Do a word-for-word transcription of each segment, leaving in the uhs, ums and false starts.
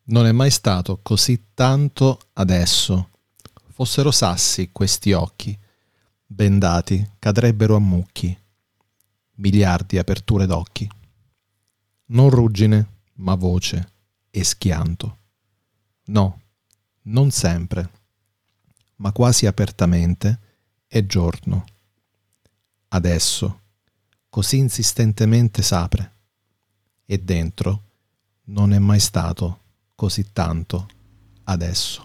Non è mai stato così tanto adesso. Fossero sassi questi occhi, bendati, cadrebbero a mucchi. Miliardi aperture d'occhi. Non ruggine, ma voce e schianto. No, non sempre, ma quasi apertamente è giorno. Adesso, così insistentemente s'apre, e dentro non è mai stato così tanto adesso.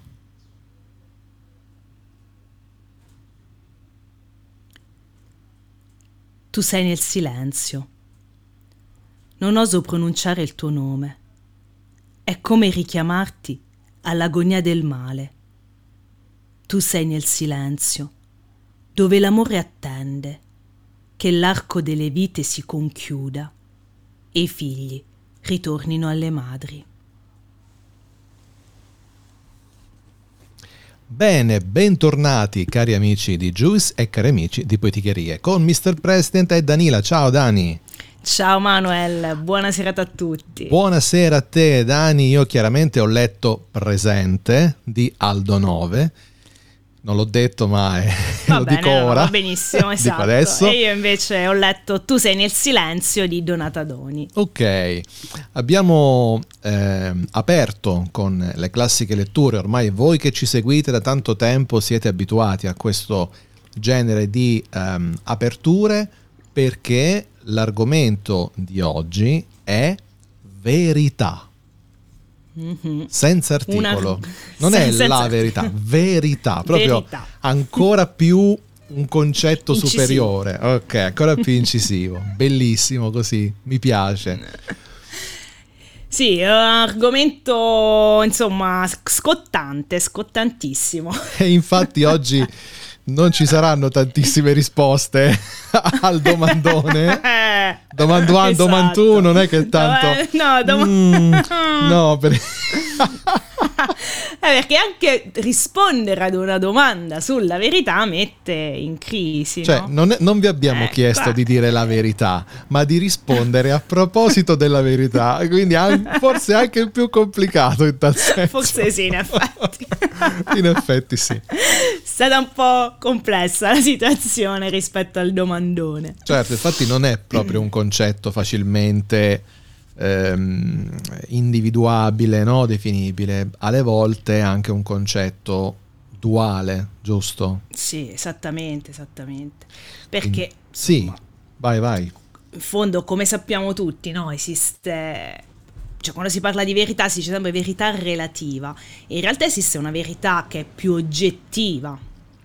Tu sei nel silenzio. Non oso pronunciare il tuo nome. È come richiamarti all'agonia del male. Tu sei nel silenzio, dove l'amore attende che l'arco delle vite si conchiuda e i figli ritornino alle madri. Bene, bentornati cari amici di Juice e cari amici di Poeticherie con mister President e Danila. Ciao Dani. Ciao Manuel, buona serata a tutti. Buonasera a te Dani, io chiaramente ho letto Presente di Aldo nove. Non l'ho detto ma è, va lo bene, dico ora. Va benissimo, esatto. Dico adesso. E io invece ho letto Tu sei nel silenzio di Donata Doni. Ok, abbiamo eh, aperto con le classiche letture. Ormai voi che ci seguite da tanto tempo siete abituati a questo genere di um, aperture, perché l'argomento di oggi è verità. Mm-hmm. Senza articolo. Una... non è senza... la verità, verità, proprio verità. Ancora più un concetto incisivo. Superiore, ok, ancora più incisivo. Bellissimo così, mi piace. Sì, è un argomento insomma scottante, scottantissimo. E infatti oggi non ci saranno tantissime risposte al domandone. Domando uno, esatto. Domando non è che tanto. No, dom- mm, no, per... eh, perché anche rispondere ad una domanda sulla verità mette in crisi. Cioè, no? non, è, non vi abbiamo eh, chiesto qua. di dire la verità, ma di rispondere a proposito della verità. Quindi an- forse anche il più complicato in tal senso. Forse sì, in effetti. In effetti sì. È stata un po' complessa la situazione rispetto al domandone. Certo, infatti non è proprio un concetto facilmente ehm, individuabile, no? Definibile. Alle volte è anche un concetto duale, giusto? Sì, esattamente, esattamente. Perché... In... Sì, insomma, vai, vai. In fondo, come sappiamo tutti, no? Esiste... Cioè, quando si parla di verità si dice sempre verità relativa. In realtà esiste una verità che è più oggettiva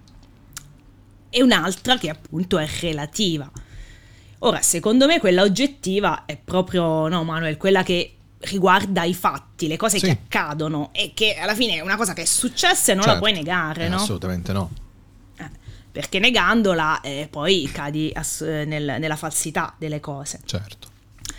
e un'altra che appunto è relativa. Ora, secondo me quella oggettiva è proprio, no Manuel, quella che riguarda i fatti, le cose sì. che accadono e che alla fine è una cosa che è successa e non certo. la puoi negare, eh, no? Assolutamente no. Eh, perché negandola eh, poi cadi ass- nel, nella falsità delle cose. Certo.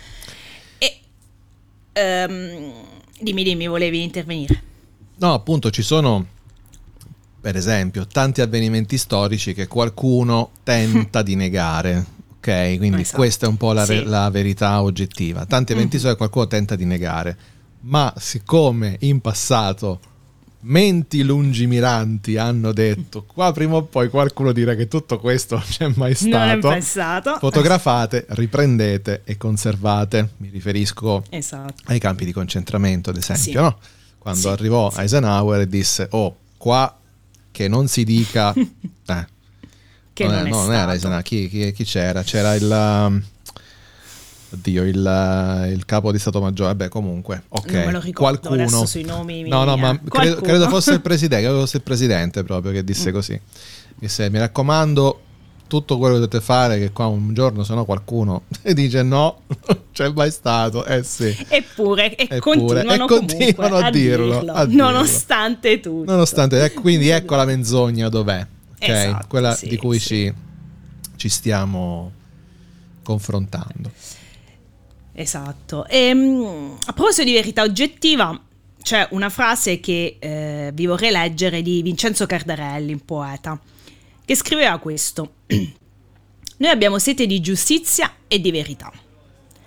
Um, dimmi, dimmi, volevi intervenire? No, appunto ci sono, per esempio, tanti avvenimenti storici che qualcuno tenta di negare, ok? Quindi esatto. questa è un po' la, sì. la verità oggettiva. Tanti eventi mm-hmm. storici che qualcuno tenta di negare, ma siccome in passato menti lungimiranti hanno detto qua prima o poi qualcuno dirà che tutto questo non c'è mai stato, non è passato. Fotografate, riprendete e conservate. Mi riferisco esatto. ai campi di concentramento, ad esempio, sì. no? Quando sì, arrivò sì. Eisenhower e disse oh qua che non si dica eh, che non, non, è, è no, non era Eisenhower, chi, chi, chi c'era? C'era il um, oddio il, il capo di Stato Maggiore, vabbè comunque ok, non me lo ricordo qualcuno adesso sui nomi no no ma credo, credo fosse il presidente credo fosse il presidente proprio che disse mm. così, disse mi raccomando tutto quello che dovete fare che qua un giorno se no qualcuno dice no non c'è mai stato, eh sì eppure e Eppure, continuano, e continuano a, a, dirlo, dirlo, a dirlo nonostante tutto nonostante eh, quindi ecco la menzogna dov'è, ok, esatto, quella sì, di cui sì. ci, ci stiamo confrontando. Esatto. E, a proposito di verità oggettiva, c'è una frase che eh, vi vorrei leggere di Vincenzo Cardarelli, un poeta, che scriveva questo: noi abbiamo sete di giustizia e di verità.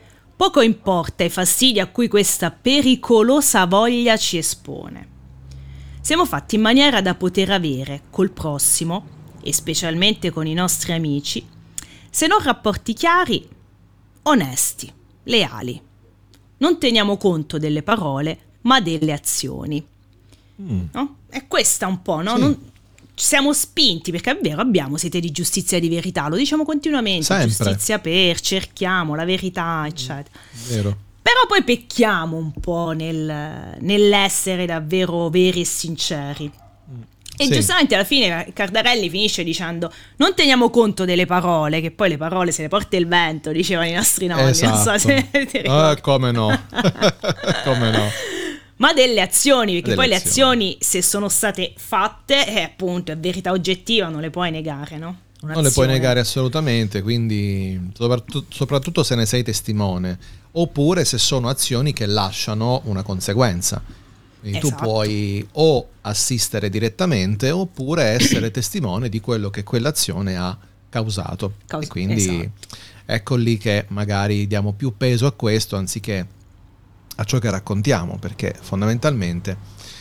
Poco importa i fastidi a cui questa pericolosa voglia ci espone. Siamo fatti in maniera da poter avere col prossimo, e specialmente con i nostri amici, se non rapporti chiari, onesti, leali. Non teniamo conto delle parole, ma delle azioni. Mm. No? È questa un po', no? Sì. Non, siamo spinti, perché è vero, abbiamo sete di giustizia e di verità, lo diciamo continuamente, sempre. Giustizia per, cerchiamo la verità, eccetera. Vero. Però poi pecchiamo un po' nel, nell'essere davvero veri e sinceri. E sì. Giustamente alla fine Cardarelli finisce dicendo: non teniamo conto delle parole, che poi le parole se le porta il vento, dicevano i nostri nonni. Esatto. Non so se ti ricordi. Eh, come no, come no. Ma delle azioni, perché delle poi azioni. le azioni, se sono state fatte, è appunto, è verità oggettiva, non le puoi negare, no? Un'azione. Non le puoi negare assolutamente, quindi soprattutto, soprattutto se ne sei testimone, oppure se sono azioni che lasciano una conseguenza. Quindi esatto. Tu puoi o assistere direttamente oppure essere testimone di quello che quell'azione ha causato. Caus- e quindi esatto. Ecco lì che magari diamo più peso a questo anziché a ciò che raccontiamo, perché fondamentalmente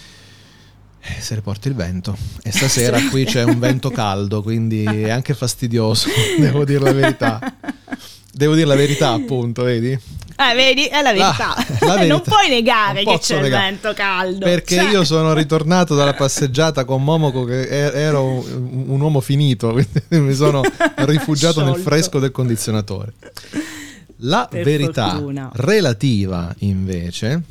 eh, se ne porta il vento, e stasera qui c'è un vento caldo, quindi è anche fastidioso, devo dire la verità. Devo dire la verità, appunto, vedi? Eh, vedi, è la verità. Ah, la verità. Non puoi negare non che c'è negare. Il vento caldo. Perché cioè. Io sono ritornato dalla passeggiata con Momoko che ero un, un uomo finito, quindi mi sono rifugiato nel fresco del condizionatore. La per verità fortuna. Relativa, invece,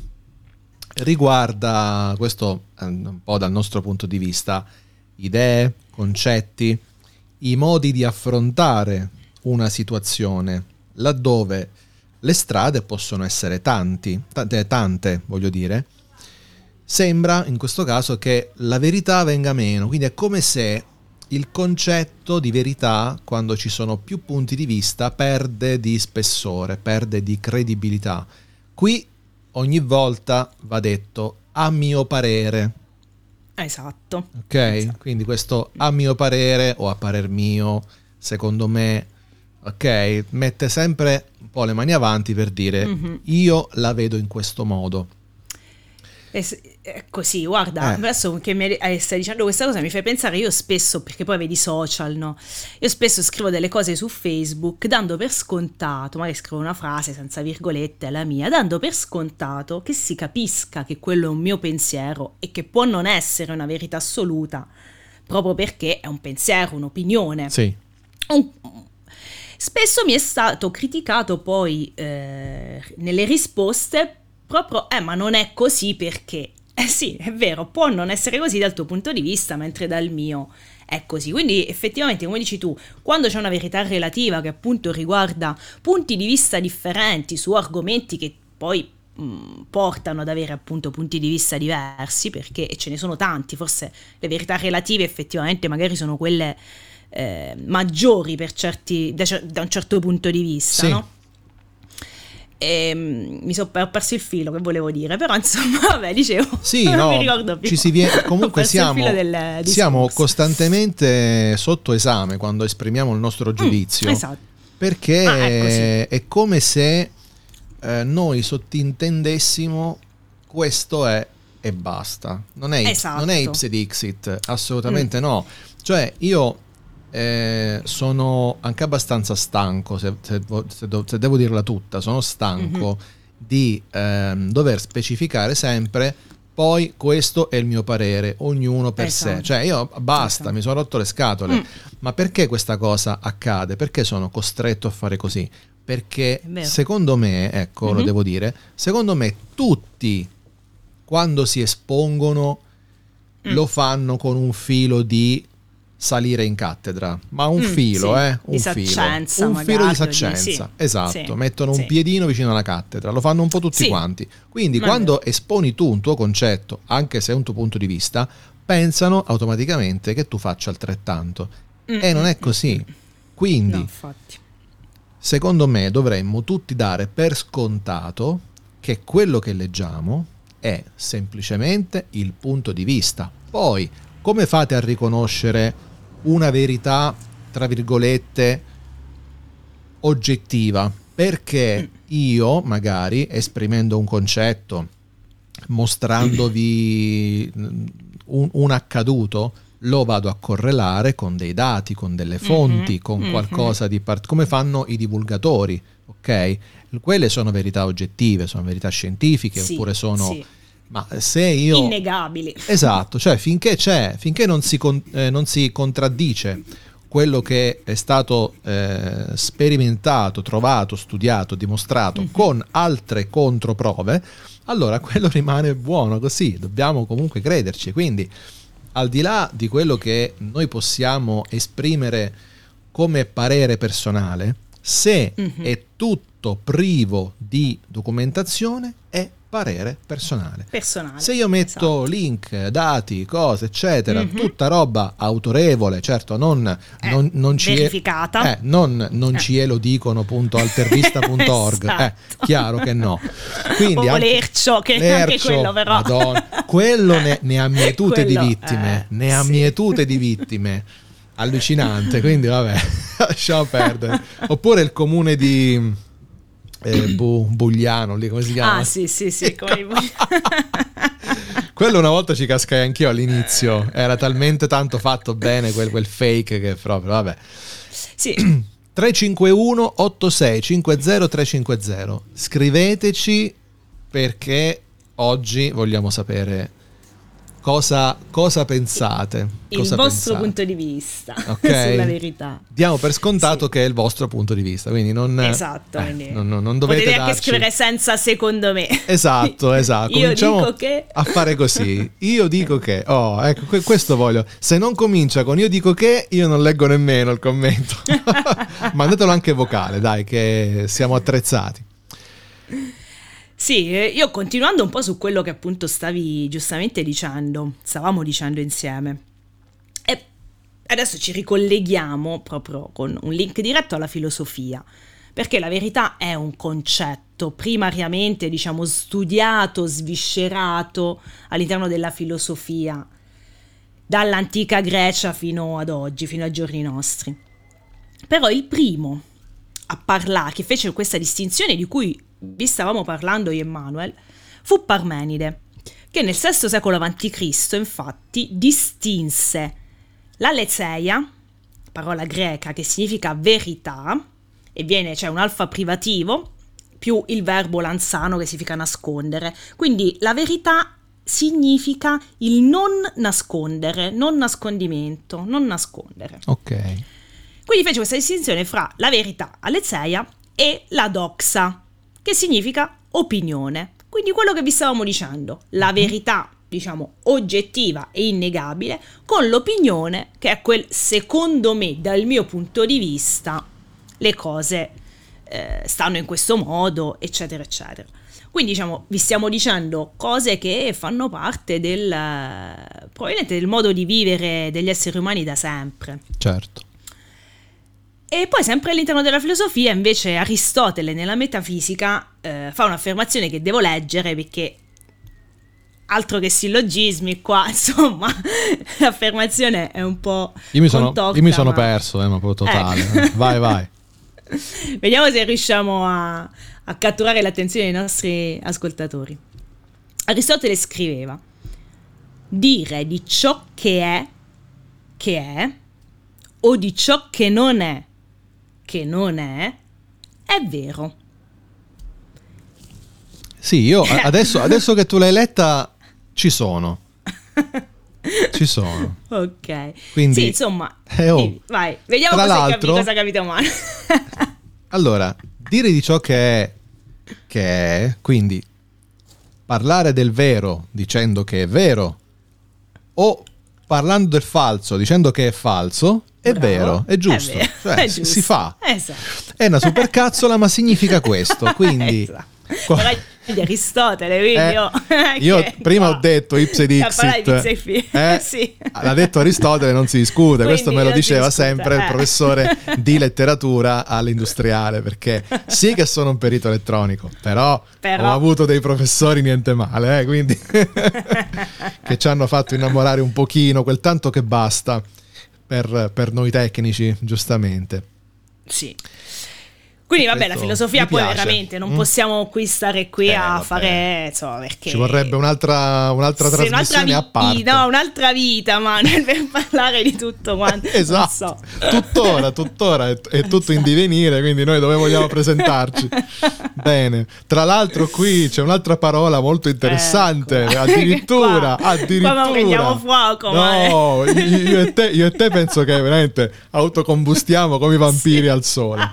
riguarda, questo un po' dal nostro punto di vista, idee, concetti, i modi di affrontare una situazione, laddove le strade possono essere tanti, tante, tante, voglio dire, sembra in questo caso che la verità venga meno, quindi è come se il concetto di verità, quando ci sono più punti di vista, perde di spessore, perde di credibilità. Qui ogni volta va detto a mio parere. Esatto. Ok? Esatto. Quindi questo a mio parere o a parer mio, secondo me, ok, mette sempre un po' le mani avanti per dire mm-hmm. io la vedo in questo modo. È così, guarda, eh. adesso che mi stai dicendo questa cosa mi fai pensare, io spesso, perché poi vedi social, no? Io spesso scrivo delle cose su Facebook dando per scontato, magari scrivo una frase senza virgolette, è la mia, dando per scontato che si capisca che quello è un mio pensiero e che può non essere una verità assoluta, proprio perché è un pensiero, un'opinione. Sì. Un, spesso mi è stato criticato poi eh, nelle risposte proprio, eh ma non è così perché, eh sì, è vero, può non essere così dal tuo punto di vista, mentre dal mio è così. Quindi effettivamente, come dici tu, quando c'è una verità relativa che appunto riguarda punti di vista differenti su argomenti che poi mh, portano ad avere appunto punti di vista diversi, perché ce ne sono tanti, forse le verità relative effettivamente magari sono quelle eh, maggiori per certi, da, da un certo punto di vista, sì. No? E, mi sono perso il filo che volevo dire, però insomma vabbè, dicevo sì, non no, mi ricordo più. Ci si viene, comunque siamo, del siamo costantemente sotto esame quando esprimiamo il nostro giudizio, mm, esatto. Perché ah, è, è come se eh, noi sottintendessimo questo è e basta, non è, esatto. non è ipse dixit, assolutamente mm. no, cioè io Eh, sono anche abbastanza stanco, se, se, se, se devo dirla tutta, sono stanco mm-hmm. di ehm, dover specificare sempre poi questo è il mio parere, ognuno per esatto. sé, cioè io basta, esatto. mi sono rotto le scatole, mm. ma perché questa cosa accade? Perché sono costretto a fare così? Perché secondo me, ecco mm-hmm. lo devo dire, secondo me tutti quando si espongono mm. lo fanno con un filo di salire in cattedra, ma un mm, filo, sì. eh, un filo, un filo di saccenza, sì. esatto, sì. mettono sì. un piedino vicino alla cattedra, lo fanno un po' tutti sì. quanti, quindi ma quando beh. esponi tu un tuo concetto, anche se è un tuo punto di vista, pensano automaticamente che tu faccia altrettanto, mm, e non è così, quindi no, secondo me dovremmo tutti dare per scontato che quello che leggiamo è semplicemente il punto di vista, poi come fate a riconoscere una verità, tra virgolette, oggettiva? perché mm. io magari esprimendo un concetto, mostrandovi un, un accaduto, lo vado a correlare con dei dati, con delle fonti, mm-hmm. con mm-hmm. qualcosa di part- come fanno i divulgatori, ok? Quelle sono verità oggettive, sono verità scientifiche, sì, oppure sono sì. ma se io innegabili. Esatto, cioè finché c'è, finché non si con- eh, non si contraddice quello che è stato eh, sperimentato, trovato, studiato, dimostrato mm-hmm. con altre controprove, allora quello rimane buono così, dobbiamo comunque crederci. Quindi al di là di quello che noi possiamo esprimere come parere personale, se mm-hmm. è tutto privo di documentazione, è parere personale. personale. Se io metto esatto. link, dati, cose, eccetera, mm-hmm. tutta roba autorevole, certo, non, eh, non, non ci verificata, è, eh, non, non eh. ci è lo dicono punto altervista punto org, esatto. eh, chiaro che no. Quindi o anche, Lercio, che Lercio, anche quello però. Madonna, quello ne, ne ha mietute quello, di vittime, eh, ne ha sì. mietute di vittime. Allucinante, quindi vabbè, lasciamo perdere. Oppure il comune di eh, Bu, Bugliano, lì come si chiama? Ah sì sì sì, come quello una volta ci cascai anch'io all'inizio, era talmente tanto fatto bene quel, quel fake che proprio, vabbè. Sì. tre cinque uno otto sei cinque zero tre cinque zero, scriveteci perché oggi vogliamo sapere Cosa, cosa pensate? Il cosa vostro pensate? punto di vista okay. sulla verità. Diamo per scontato sì. che è il vostro punto di vista, quindi non, esatto, eh, quindi non, non, non dovete potete darci... anche scrivere senza secondo me. Esatto, esatto. Io Cominciamo dico che... a fare così. Io dico che... Oh, ecco, questo voglio. Se non comincia con io dico che, io non leggo nemmeno il commento. Mandatelo anche vocale, dai, che siamo attrezzati. Sì, io continuando un po' su quello che appunto stavi giustamente dicendo, stavamo dicendo insieme, e adesso ci ricolleghiamo proprio con un link diretto alla filosofia, perché la verità è un concetto primariamente, diciamo, studiato, sviscerato all'interno della filosofia, dall'antica Grecia fino ad oggi, fino ai giorni nostri. Però il primo a parlare, che fece questa distinzione di cui vi stavamo parlando io e Manuel, fu Parmenide, che nel sesto secolo avanti Cristo infatti distinse l'aletheia, parola greca che significa verità, e viene, cioè un alfa privativo, più il verbo lanzano che significa nascondere. Quindi la verità significa il non nascondere, non nascondimento, non nascondere. Ok. Quindi fece questa distinzione fra la verità aletheia e la doxa, che significa opinione. Quindi quello che vi stavamo dicendo, la verità, diciamo, oggettiva e innegabile, con l'opinione che è quel, secondo me, dal mio punto di vista, le cose eh, stanno in questo modo, eccetera, eccetera. Quindi, diciamo, vi stiamo dicendo cose che fanno parte del, probabilmente del modo di vivere degli esseri umani da sempre. Certo. E poi sempre all'interno della filosofia invece Aristotele nella metafisica eh, fa un'affermazione che devo leggere perché altro che sillogismi qua, insomma l'affermazione è un po' io mi sono, contorta, io mi sono ma... perso, eh, ma proprio totale. Ecco. Vai, vai. Vediamo se riusciamo a, a catturare l'attenzione dei nostri ascoltatori. Aristotele scriveva: dire di ciò che è, che è, o di ciò che non è, che non è, è vero. Sì, io adesso, adesso che tu l'hai letta ci sono. Ci sono. Ok. Quindi, sì, insomma, eh, oh, dimmi, vai, vediamo tra cosa, l'altro, capi, cosa capita male. Allora, dire di ciò che è, che è, quindi parlare del vero dicendo che è vero, o parlando del falso dicendo che è falso, è Bravo, vero, è giusto, è vero, cioè, è si, giusto. si fa. Esatto. È una supercazzola, ma significa questo, quindi... Esatto. Qua... di Aristotele, quindi eh, io, io prima ho detto ipse dixit, eh, sì. l'ha detto Aristotele, non si discute. Quindi questo me lo diceva sempre eh. il professore di letteratura all'industriale, perché sì che sono un perito elettronico, però, però... ho avuto dei professori niente male, eh, quindi che ci hanno fatto innamorare un pochino, quel tanto che basta per, per noi tecnici, giustamente. Sì. Quindi vabbè, la filosofia poi piace. veramente non mm? possiamo qui stare qui eh, a vabbè. fare, insomma, perché ci vorrebbe un'altra, un'altra sì, trasmissione un'altra a parte. vi- no, un'altra vita, Manuel, per parlare di tutto quanto. Esatto, non so. tuttora, tuttora è, è tutto in divenire, quindi noi dove vogliamo presentarci? Bene, tra l'altro qui c'è un'altra parola molto interessante, Ecco. addirittura, Qua- addirittura. qua prendiamo fuoco, no, io, io e te, io e te penso che veramente autocombustiamo come i vampiri al sole.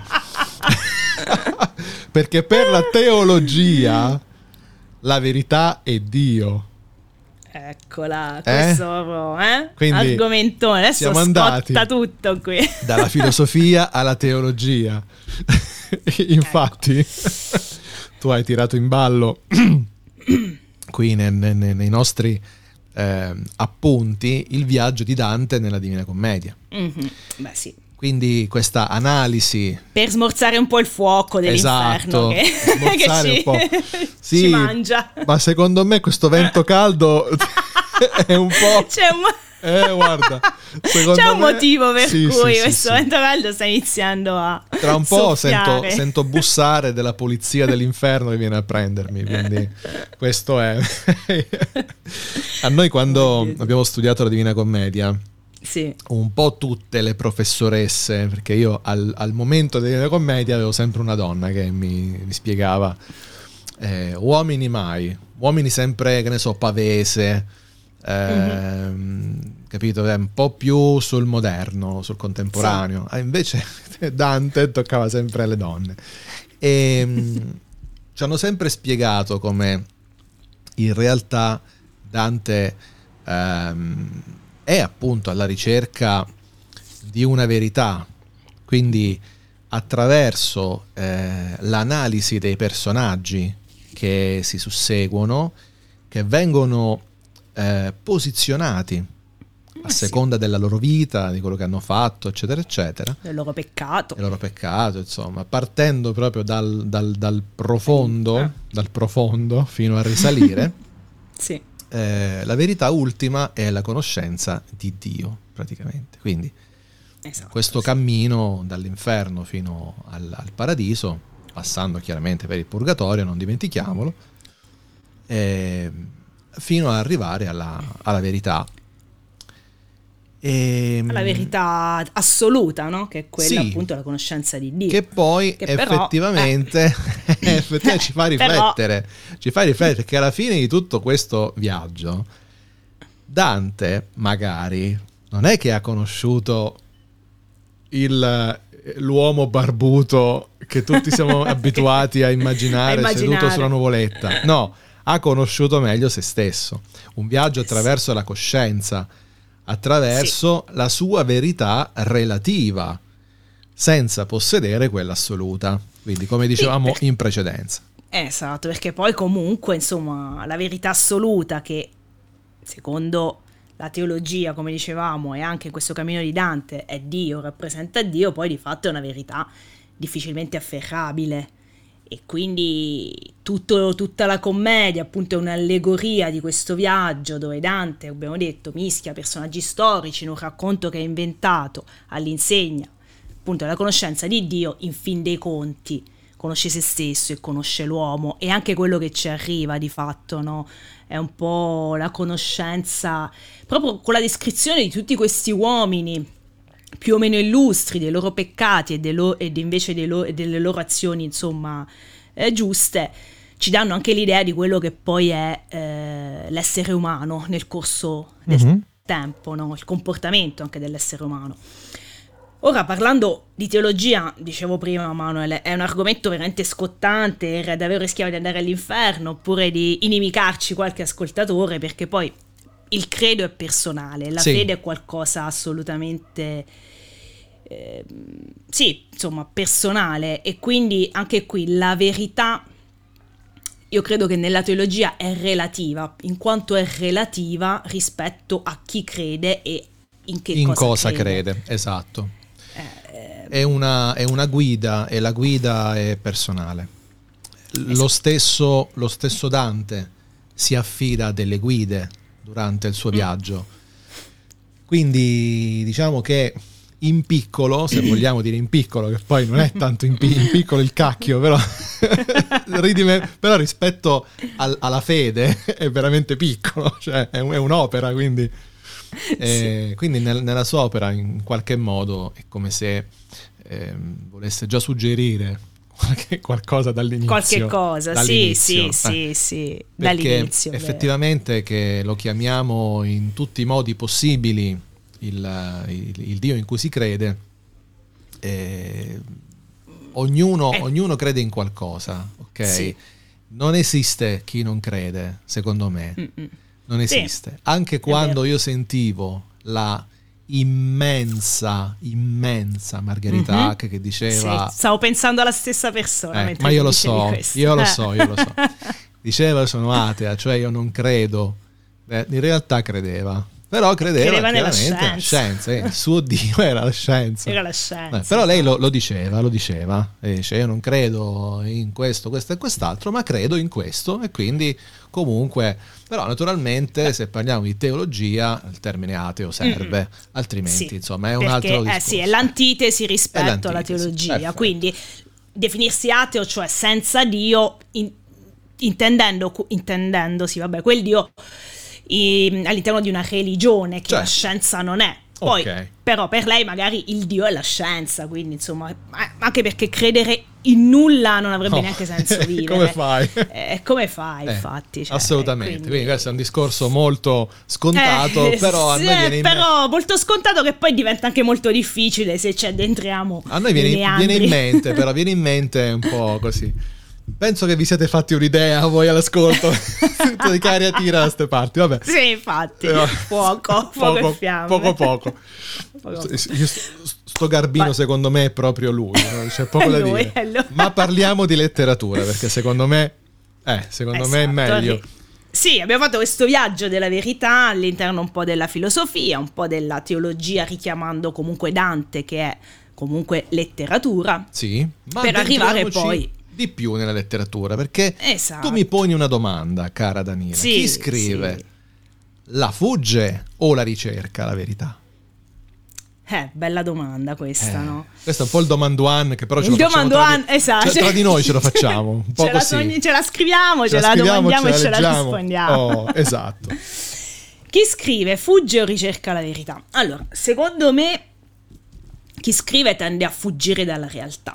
Perché per la teologia la verità è Dio. Eccola, Eh? questo eh? Quindi argomentone, adesso siamo andati scotta tutto qui. dalla filosofia alla teologia. Infatti, Ecco. tu hai tirato in ballo qui ne, ne, nei nostri eh, appunti il viaggio di Dante nella Divina Commedia. Mm-hmm. Beh sì. Quindi questa analisi Per smorzare un po' il fuoco dell'inferno esatto, che, smorzare che un po'. ci, Sì, ci mangia. Ma secondo me questo vento caldo è un po'... C'è un, Eh, guarda, secondo c'è un me- motivo per sì, cui sì, questo sì, sì. vento caldo sta iniziando a Tra un po' sento, soffiare. sento bussare della polizia dell'inferno che viene a prendermi, quindi questo è. A noi quando abbiamo studiato la Divina Commedia, Sì. un po' tutte le professoresse, perché io al, al momento della Divina Commedia avevo sempre una donna che mi, mi spiegava eh, uomini mai, uomini sempre, che ne so, Pavese, ehm, mm-hmm. capito? È un po' più sul moderno, sul contemporaneo. Sì. Ah, invece Dante toccava sempre alle donne. E mh, ci hanno sempre spiegato come in realtà Dante ehm, è appunto alla ricerca di una verità, quindi attraverso eh, l'analisi dei personaggi che si susseguono, che vengono eh, posizionati a seconda della loro vita, di quello che hanno fatto, eccetera, eccetera. Del loro peccato. Del loro peccato, insomma, partendo proprio dal, dal, dal profondo, eh. dal profondo fino a risalire. Sì. Eh, la verità ultima è la conoscenza di Dio, praticamente. Quindi esatto, questo sì. cammino dall'inferno fino al, al paradiso, passando chiaramente per il purgatorio, non dimentichiamolo, eh, fino ad arrivare alla, alla verità. E, la verità assoluta, no? Che è quella sì, appunto la conoscenza di Dio, che poi che effettivamente, però, eh, effettivamente ci fa riflettere però, ci fa riflettere perché alla fine di tutto questo viaggio Dante magari non è che ha conosciuto il, l'uomo barbuto che tutti siamo abituati a immaginare, a immaginare seduto sulla nuvoletta, no, ha conosciuto meglio se stesso, un viaggio attraverso sì. la coscienza, attraverso sì. la sua verità relativa, senza possedere quella assoluta, quindi come dicevamo sì, in precedenza. Esatto, perché poi comunque insomma la verità assoluta che secondo la teologia, come dicevamo, e anche in questo cammino di Dante è Dio, rappresenta Dio, poi di fatto è una verità difficilmente afferrabile. E quindi tutto, tutta la commedia appunto è un'allegoria di questo viaggio dove Dante, abbiamo detto, mischia personaggi storici in un racconto che è inventato all'insegna appunto della conoscenza di Dio. In fin dei conti conosce se stesso e conosce l'uomo e anche quello che ci arriva di fatto, no? È un po' la conoscenza proprio con la descrizione di tutti questi uomini più o meno illustri, dei loro peccati e, dei lo- ed invece dei lo- delle loro azioni insomma eh, giuste, ci danno anche l'idea di quello che poi è eh, l'essere umano nel corso del mm-hmm. tempo, no? Il comportamento anche dell'essere umano. Ora, parlando di teologia, dicevo prima Manuel, è un argomento veramente scottante, davvero rischiamo di andare all'inferno oppure di inimicarci qualche ascoltatore, perché poi il credo è personale, la sì. fede è qualcosa assolutamente eh, sì, insomma, personale, e quindi anche qui la verità io credo che nella teologia è relativa, in quanto è relativa rispetto a chi crede e in che in cosa, cosa crede. crede. Esatto. Eh, è, una, è una guida e la guida è personale. Esatto. Lo stesso, lo stesso Dante si affida a delle guide durante il suo viaggio, quindi diciamo che in piccolo, se vogliamo dire in piccolo, che poi non è tanto in, pi- in piccolo il cacchio, però, ridime- però rispetto al- alla fede è veramente piccolo, cioè è, un- è un'opera, quindi, eh, Sì. quindi nel- nella sua opera in qualche modo è come se ehm, volesse già suggerire qualche, qualcosa dall'inizio. Qualche cosa, sì, sì, dall'inizio. sì, Eh, sì, perché dall'inizio. vero. effettivamente che lo chiamiamo in tutti i modi possibili il, il- il Dio in cui si crede, eh, ognuno, Eh. ognuno crede in qualcosa, ok? Sì. Non esiste chi non crede, secondo me, Mm-mm. non Sì. esiste. Anche quando io sentivo la immensa, immensa Margherita Mhm. Hack che diceva... Sì, stavo pensando alla stessa persona. Eh, mentre ma io tu lo dicevi so, questo. io lo Eh. so, io lo so. Diceva sono atea, cioè io non credo. Eh, in realtà credeva. Però credeva, Credeva nella chiaramente alla scienza. scienza. eh, Il suo Dio era la scienza. Era la scienza. Eh, però lei lo, lo diceva, lo diceva. E dice, io non credo in questo, questo e quest'altro, ma credo in questo. E quindi comunque... Però naturalmente se parliamo di teologia il termine ateo serve, Mm-mm. altrimenti Sì, insomma è un perché, altro discorso. Eh sì, è l'antitesi rispetto È l'antitesi, alla teologia. perfetto. Quindi definirsi ateo, cioè senza Dio, in- intendendo, intendendosi, vabbè, quel Dio i- all'interno di una religione che la Certo. scienza non è. Poi, Ok. però, per lei magari il Dio è la scienza, quindi insomma, ma- anche perché credere in nulla non avrebbe No. neanche senso vivere. Come fai? Eh, come fai, Eh, infatti? cioè, assolutamente, quindi- quindi questo è un discorso molto scontato, Eh, però a sì, noi viene in però molto scontato, che poi diventa anche molto difficile se ci addentriamo. A noi viene, nei viene meandri. in mente, però viene in mente un po' così. Penso che vi siete fatti un'idea voi all'ascolto. Tutti cari a tira da queste parti, vabbè. Sì, infatti, Eh, fuoco, fuoco e fiamme. Poco poco. Poco. Io st- Sto Garbino Ma- secondo me è proprio lui, no? C'è poco È da lui, dire. è lui. Ma parliamo di letteratura, perché secondo me, eh, secondo me è Esatto, meglio. ri- Sì, abbiamo fatto questo viaggio della verità all'interno un po' della filosofia, un po' della teologia, richiamando comunque Dante, che è comunque letteratura. Sì, ma Per arrivare addentriamoci poi- di più nella letteratura, perché Esatto. tu mi poni una domanda, cara Danila. Sì, Chi scrive? sì. La fugge o la ricerca la verità? Eh, bella domanda questa, Eh, no? Questo è un po' il domanduan che però ce lo Il facciamo domanduan, tra di, esatto. cioè, tra di noi ce lo facciamo, un po' ce, la così. sogni- ce la scriviamo, ce, Ce la, scriviamo, domandiamo ce e ce la leggiamo. rispondiamo. Oh, esatto. Chi scrive fugge o ricerca la verità? Allora, secondo me chi scrive tende a fuggire dalla realtà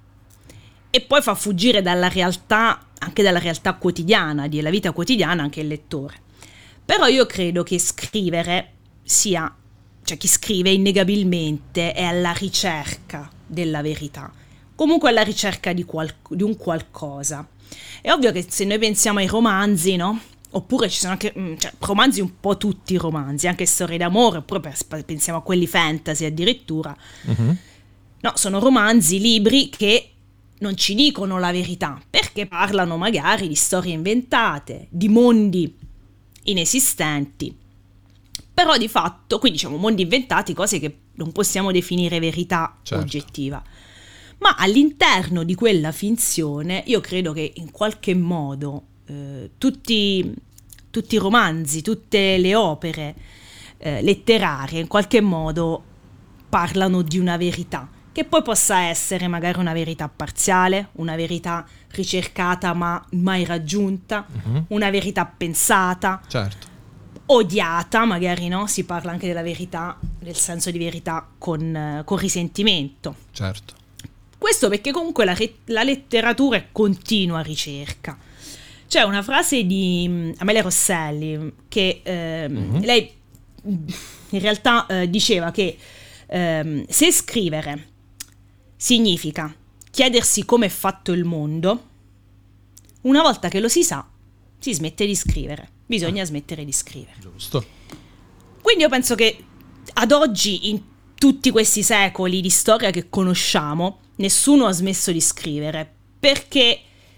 e poi fa fuggire dalla realtà, anche dalla realtà quotidiana, della vita quotidiana, anche il lettore. Però io credo che scrivere sia, cioè chi scrive innegabilmente è alla ricerca della verità, comunque alla ricerca di, qual- di un qualcosa. È ovvio che se noi pensiamo ai romanzi, no? Oppure ci sono anche, mm, cioè, romanzi un po' tutti i romanzi, anche storie d'amore, oppure per- pensiamo a quelli fantasy addirittura. Mhm. No, sono romanzi, libri che non ci dicono la verità, perché parlano magari di storie inventate, di mondi inesistenti. Però di fatto, quindi diciamo mondi inventati, cose che non possiamo definire verità Certo. oggettiva. Ma all'interno di quella finzione io credo che in qualche modo eh, tutti, tutti i romanzi, tutte le opere eh, letterarie in qualche modo parlano di una verità, che poi possa essere magari una verità parziale, una verità ricercata ma mai raggiunta, Mhm. una verità pensata, Certo. odiata, magari no, si parla anche della verità, nel senso di verità con, eh, con risentimento. Certo. Questo perché comunque la, re- la letteratura è continua ricerca. C'è una frase di mm, Amelia Rosselli che ehm, Mhm. lei mm, in realtà eh, diceva che ehm, se scrivere significa chiedersi come è fatto il mondo, una volta che lo si sa, si smette di scrivere. Bisogna smettere di scrivere. Giusto. Quindi io penso che ad oggi, in tutti questi secoli di storia che conosciamo, nessuno ha smesso di scrivere, perché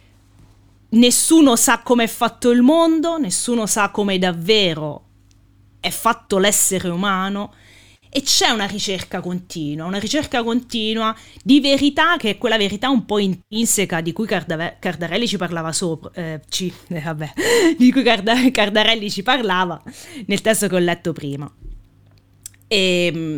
nessuno sa come è fatto il mondo, nessuno sa come davvero è fatto l'essere umano, e c'è una ricerca continua, una ricerca continua di verità, che è quella verità un po' intrinseca di cui Cardave- Cardarelli ci parlava sopra, eh, ci, eh, vabbè, di cui Carda- Cardarelli ci parlava nel testo che ho letto prima. E, mh,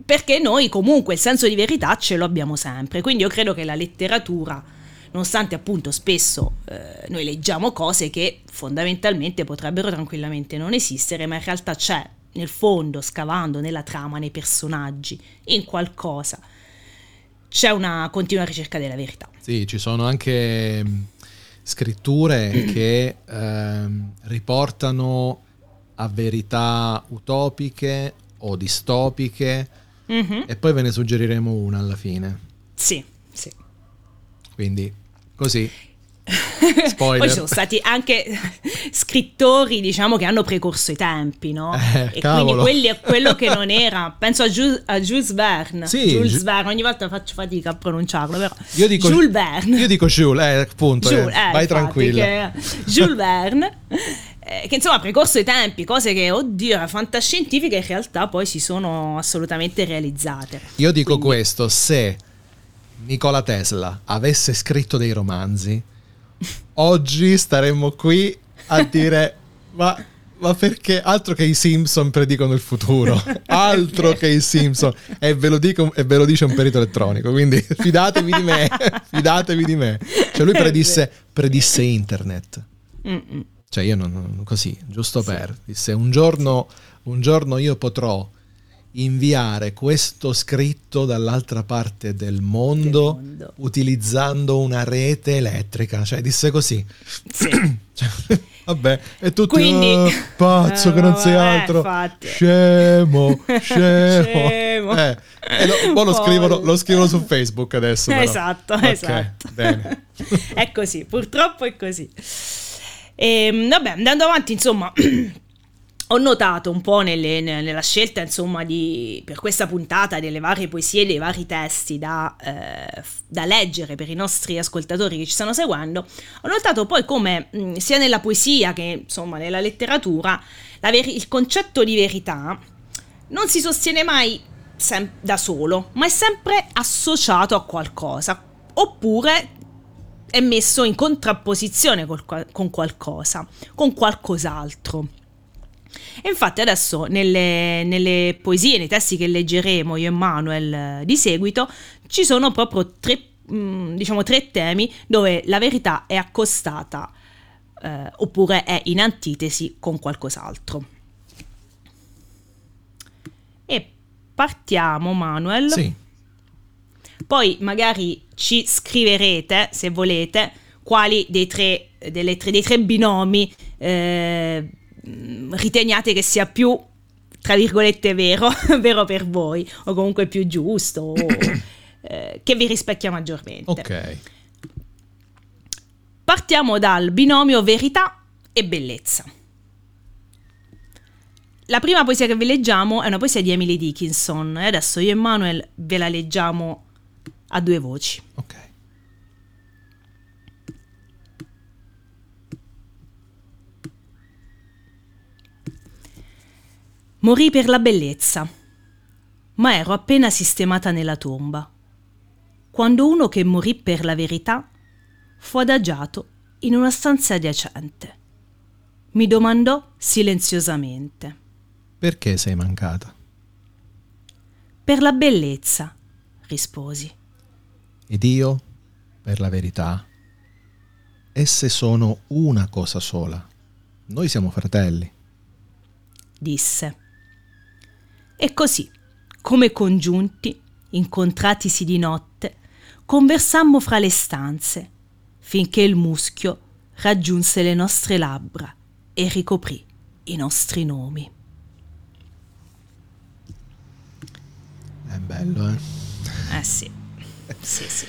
perché noi comunque il senso di verità ce lo abbiamo sempre. Quindi io credo che la letteratura, nonostante appunto spesso eh, noi leggiamo cose che fondamentalmente potrebbero tranquillamente non esistere, ma in realtà c'è nel fondo, scavando nella trama, nei personaggi, in qualcosa, c'è una continua ricerca della verità. Sì, ci sono anche scritture che eh, riportano a verità utopiche o distopiche, mm-hmm. e poi ve ne suggeriremo una alla fine. Sì, sì. Quindi, così, spoiler. Poi ci sono stati anche scrittori, diciamo, che hanno precorso i tempi, no? Eh, e cavolo. quindi quelli è quello che non era. Penso a Jules, a Jules Verne. Sì, Jules Ju- Verne, ogni volta faccio fatica a pronunciarlo, però. Io dico Jules Verne. Io dico Jules, eh, appunto, Jules, eh, eh, vai infatti, tranquilla. Che, Jules Verne, eh, che insomma ha precorso i tempi, cose che, oddio, era fantascientifica, in realtà poi si sono assolutamente realizzate. Io dico Quindi, questo, se Nikola Tesla avesse scritto dei romanzi, oggi staremmo qui a dire ma, ma perché altro che i Simpson predicono il futuro, altro che i Simpson, e ve lo dico, e ve lo dice un perito elettronico, quindi fidatevi di me, fidatevi di me. Cioè lui predisse, predisse internet. Mm-mm. Cioè io non, non così, giusto per, sì. Disse un giorno, un giorno io potrò inviare questo scritto dall'altra parte del mondo, del mondo. utilizzando una rete elettrica, cioè disse così. Sì. Cioè, vabbè, e tutti quindi, oh, pazzo eh, che non sei altro, infatti. scemo, scemo. scemo. Eh, e lo, poi lo scrivono, lo scrivono su Facebook adesso. Però. Esatto, okay, esatto. Bene. È così, purtroppo è così. E, vabbè, andando avanti, insomma, ho notato un po' nelle, nella scelta, insomma, di, per questa puntata delle varie poesie, dei vari testi da, eh, da leggere per i nostri ascoltatori che ci stanno seguendo, ho notato poi come mh, sia nella poesia che, insomma, nella letteratura, la veri- il concetto di verità non si sostiene mai sem- da solo, ma è sempre associato a qualcosa, oppure è messo in contrapposizione col, con qualcosa, con qualcos'altro. E infatti adesso nelle, nelle poesie, nei testi che leggeremo io e Manuel di seguito, ci sono proprio tre, mh, diciamo tre temi dove la verità è accostata eh, oppure è in antitesi con qualcos'altro. E partiamo, Manuel. Sì. Poi magari ci scriverete, se volete, quali dei tre, delle tre, dei tre binomi eh, riteniate che sia più, tra virgolette, vero, vero per voi, o comunque più giusto, o, eh, che vi rispecchia maggiormente. Ok. Partiamo dal binomio verità e bellezza. La prima poesia che vi leggiamo è una poesia di Emily Dickinson e adesso io e Manuel ve la leggiamo a due voci. Ok. Morì per la bellezza, ma ero appena sistemata nella tomba, quando uno che morì per la verità fu adagiato in una stanza adiacente. Mi domandò silenziosamente: perché sei mancata? Per la bellezza, risposi. Ed io, per la verità, esse sono una cosa sola. Noi siamo fratelli, disse. E così, come congiunti, incontratisi di notte, conversammo fra le stanze, finché il muschio raggiunse le nostre labbra e ricoprì i nostri nomi. È bello, eh? Eh sì, sì, sì.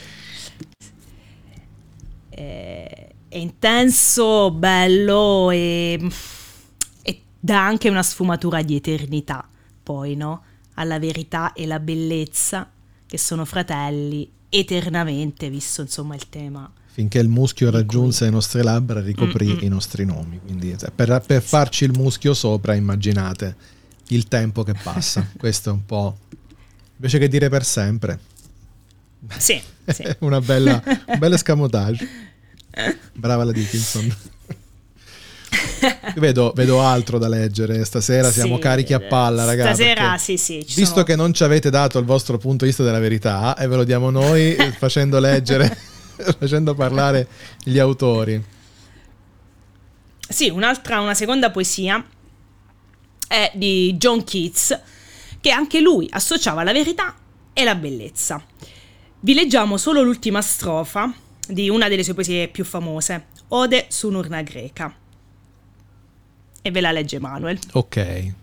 È, è intenso, bello e, e dà anche una sfumatura di eternità, poi, no? Alla verità e la bellezza, che sono fratelli eternamente, visto insomma il tema. Finché il muschio raggiunse le nostre labbra, ricoprì Mm-mm. i nostri nomi. Quindi per, per farci il muschio sopra, immaginate il tempo che passa. Questo è un po', invece che dire per sempre. Sì, sì. Una bella, un bel escamotage. Brava la Dickinson. vedo, vedo altro da leggere stasera, siamo sì, carichi a palla, ragazzi. Stasera sì, sì. Ci Visto sono... che non ci avete dato il vostro punto di vista della verità, e ve lo diamo noi facendo leggere, facendo parlare gli autori. Sì, un'altra, una seconda poesia è di John Keats, che anche lui associava la verità e la bellezza. Vi leggiamo solo l'ultima strofa di una delle sue poesie più famose, Ode su un'urna greca. E ve la legge Manuel. Ok.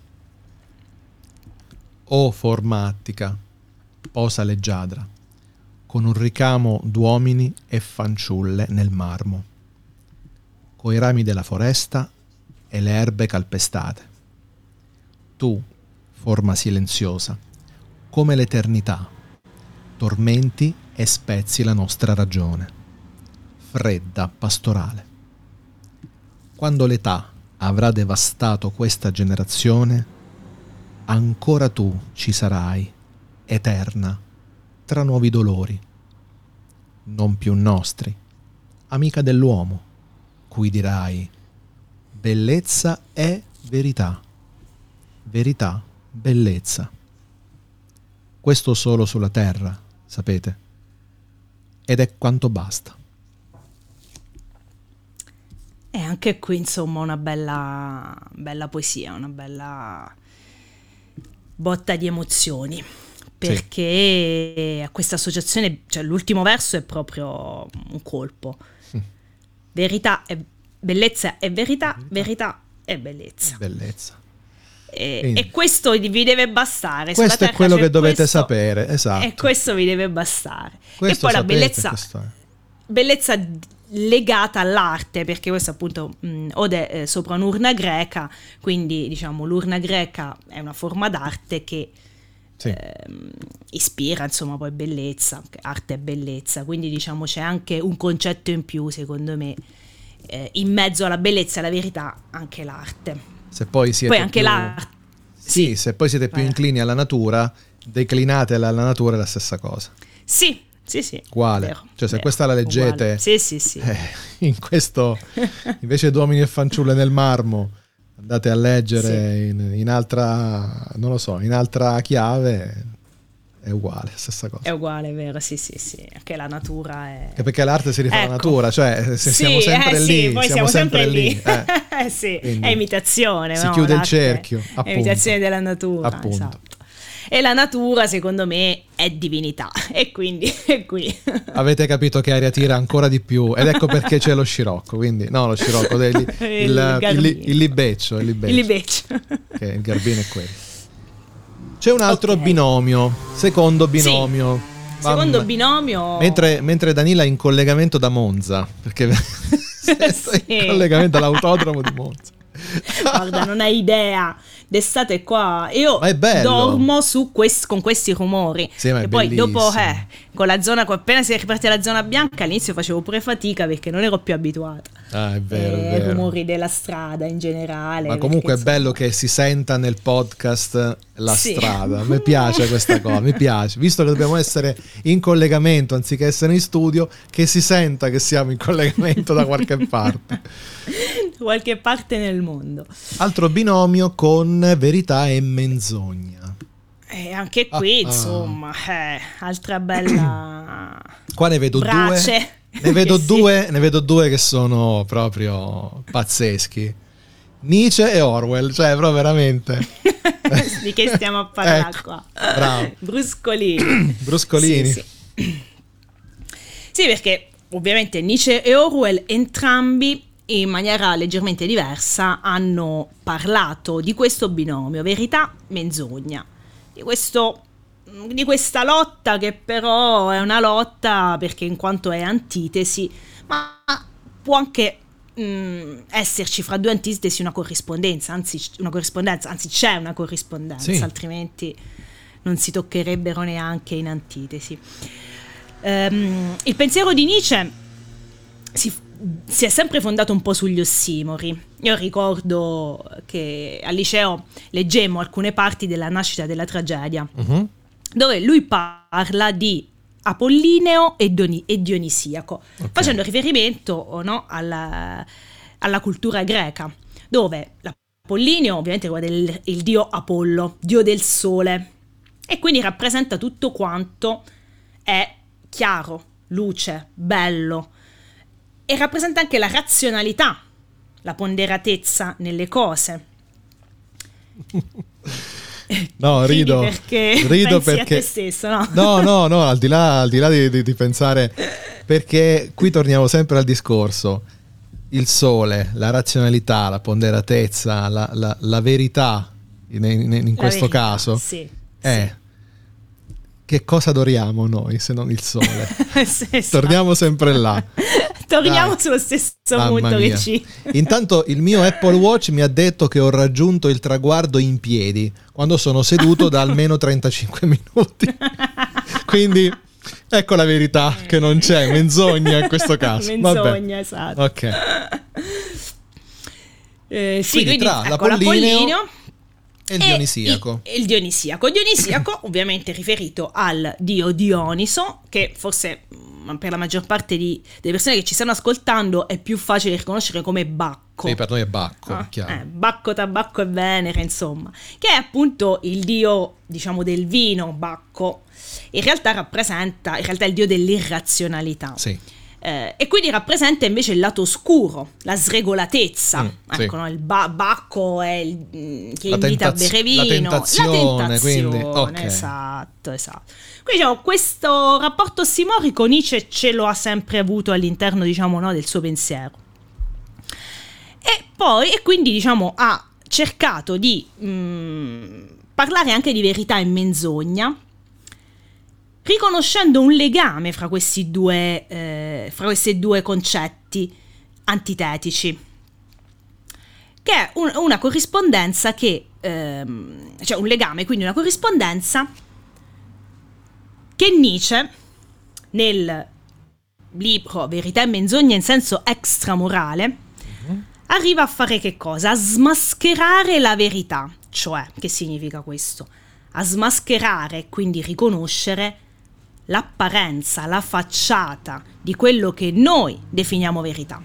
O formattica, posa leggiadra, con un ricamo d'uomini e fanciulle nel marmo, coi rami della foresta e le erbe calpestate. Tu, forma silenziosa, come l'eternità, tormenti e spezzi la nostra ragione, fredda, pastorale. Quando l'età avrà devastato questa generazione, ancora tu ci sarai, eterna, tra nuovi dolori, non più nostri, amica dell'uomo, cui dirai: bellezza è verità, verità, bellezza. Questo solo sulla terra, sapete? Ed è quanto basta. E anche qui, insomma, una bella, bella poesia, una bella botta di emozioni, perché a questa associazione, cioè l'ultimo verso è proprio un colpo. Mm. Verità e bellezza è verità, verità e bellezza. Bellezza. E, e questo vi deve bastare. Questo è quello che dovete questo, sapere, esatto. E questo vi deve bastare. Questo e poi sapete, la bellezza, questo è. bellezza legata all'arte, perché questo appunto mh, Ode eh, sopra un'urna greca, quindi diciamo l'urna greca è una forma d'arte che sì. eh, ispira insomma poi bellezza, arte e bellezza, quindi diciamo c'è anche un concetto in più secondo me, eh, in mezzo alla bellezza e alla verità anche l'arte. Se poi siete poi anche più... l'arte sì, sì, se poi siete più inclini alla natura, declinate alla natura è la stessa cosa. Sì. Sì, sì. Uguale. Vero, cioè se vero, questa la leggete uguale. Sì, sì, sì. Eh, in questo invece d'uomini e fanciulle nel marmo andate a leggere sì. in, in altra, non lo so, in altra chiave, è uguale, stessa cosa. È uguale, vero, sì, sì, sì. Anche la natura è... È perché l'arte si rifà alla ecco. natura, cioè se sì, siamo sempre eh, lì, sì, poi siamo, siamo sempre, sempre lì. lì. Eh. sì, è imitazione. Si no? chiude l'arte il cerchio, appunto. È imitazione della natura, appunto. Esatto. E la natura, secondo me, è divinità. E quindi è qui. Avete capito che aria tira ancora di più. Ed ecco perché c'è lo scirocco. Quindi, no, lo scirocco, del, il, il, il, il libeccio. Il libeccio. Il libeccio. Che il garbino è quello. C'è un altro okay. binomio. Secondo binomio. Sì. Secondo binomio. Mentre, mentre Danila è in collegamento da Monza. Perché sì. in collegamento all'autodromo di Monza. Guarda, non hai idea. D'estate qua io dormo su quest- con questi rumori sì, ma e poi dopo eh, con la zona appena si è ripartita la zona bianca all'inizio facevo pure fatica perché non ero più abituata ah, è vero, eh, è vero. ai rumori della strada in generale, ma comunque perché, è bello che si senta nel podcast la sì. strada, mi piace questa cosa, mi piace, visto che dobbiamo essere in collegamento anziché essere in studio, che si senta che siamo in collegamento da qualche parte qualche parte nel mondo. Altro binomio con verità e menzogna. E anche qui, ah, insomma, eh, altra bella. Qua ne vedo brace. due. Ne vedo sì. due, ne vedo due che sono proprio pazzeschi. Nietzsche e Orwell, cioè proprio veramente. Di che stiamo a parlare ecco, qua? Bravo. Bruscolini. Bruscolini. Sì, sì. Sì, perché ovviamente Nietzsche e Orwell entrambi in maniera leggermente diversa hanno parlato di questo binomio verità-menzogna, di questo di questa lotta che però è una lotta perché in quanto è antitesi, ma può anche mh, esserci fra due antitesi una corrispondenza, anzi una corrispondenza, anzi c'è una corrispondenza, sì. Altrimenti non si toccherebbero neanche in antitesi. Um, il pensiero di Nietzsche si si è sempre fondato un po' sugli ossimori. Io ricordo che al liceo leggemmo alcune parti della Nascita della tragedia, uh-huh. dove lui parla di Apollineo e, Doni- e Dionisiaco, okay. facendo riferimento no, alla, alla cultura greca, dove l'Apollinio ovviamente è il, il dio Apollo, dio del sole, e quindi rappresenta tutto quanto è chiaro, luce, bello, e rappresenta anche la razionalità, la ponderatezza nelle cose. No, rido, perché rido pensi perché a te stesso, no? no, no, no, al di là, al di là di, di, di pensare, perché qui torniamo sempre al discorso, il sole, la razionalità, la ponderatezza, la, la, la verità, in, in, in questo verità, caso, sì, è sì. Che cosa adoriamo noi se non il sole? Sì, esatto. Torniamo sempre là. Torniamo Dai. sullo stesso Mamma punto mia. che ci... Intanto il mio Apple Watch mi ha detto che ho raggiunto il traguardo in piedi quando sono seduto da almeno trentacinque minuti. Quindi ecco la verità, che non c'è menzogna in questo caso. Menzogna, Vabbè. esatto. Ok. Eh, sì, Quindi quindi, tra ecco, l'Apollineo l'Apollineo e il Dionisiaco. Il, il Dionisiaco. Dionisiaco ovviamente riferito al dio Dioniso, che forse mh, per la maggior parte di, delle persone che ci stanno ascoltando è più facile riconoscere come Bacco. Sì, per noi è Bacco, Ah, chiaro. eh, Bacco, Tabacco e Venere, insomma, che è appunto il dio, diciamo, del vino. Bacco in realtà rappresenta, in realtà è il dio dell'irrazionalità. Sì. Eh, e quindi rappresenta invece il lato oscuro, la sregolatezza. Mm, ecco, sì. no? Il ba- bacco è il mm, che La invita tentaz- a bere vino, la tentazione, la quindi, tentazione, ok. esatto, esatto. Quindi diciamo, questo rapporto simorico Nietzsche ce lo ha sempre avuto all'interno, diciamo, no, del suo pensiero. E poi, e quindi diciamo, ha cercato di mm, parlare anche di verità e menzogna, riconoscendo un legame fra questi due, eh, fra questi due concetti antitetici, che è un- una corrispondenza che, ehm, cioè un legame, quindi una corrispondenza che Nietzsche, nel libro Verità e menzogna in senso extramorale, arriva a fare che cosa? A smascherare la verità. Cioè, che significa questo? A smascherare, quindi riconoscere l'apparenza, la facciata di quello che noi definiamo verità.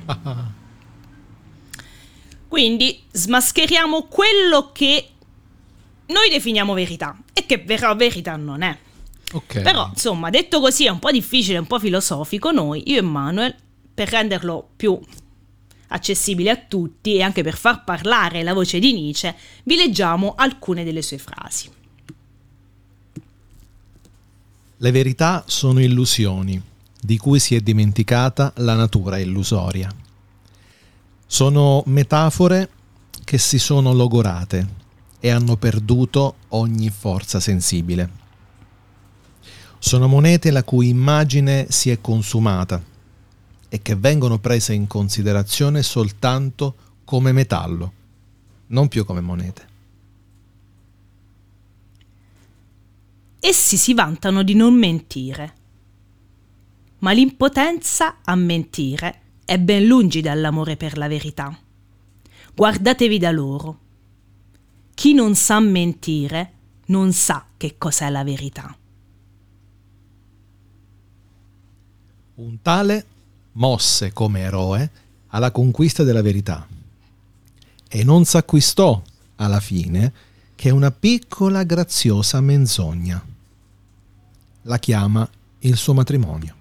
Quindi smascheriamo quello che noi definiamo verità e che vera verità non è. Ok. Però, insomma, detto così è un po' difficile, un po' filosofico, noi, io e Manuel, per renderlo più accessibile a tutti e anche per far parlare la voce di Nietzsche, vi leggiamo alcune delle sue frasi. Le verità sono illusioni, di cui si è dimenticata la natura illusoria. Sono metafore che si sono logorate e hanno perduto ogni forza sensibile. Sono monete la cui immagine si è consumata e che vengono prese in considerazione soltanto come metallo, non più come monete. Essi si vantano di non mentire, ma l'impotenza a mentire è ben lungi dall'amore per la verità. Guardatevi da loro. Chi non sa mentire non sa che cos'è la verità. Un tale mosse come eroe alla conquista della verità e non s'acquistò alla fine che una piccola graziosa menzogna. La chiama il suo matrimonio.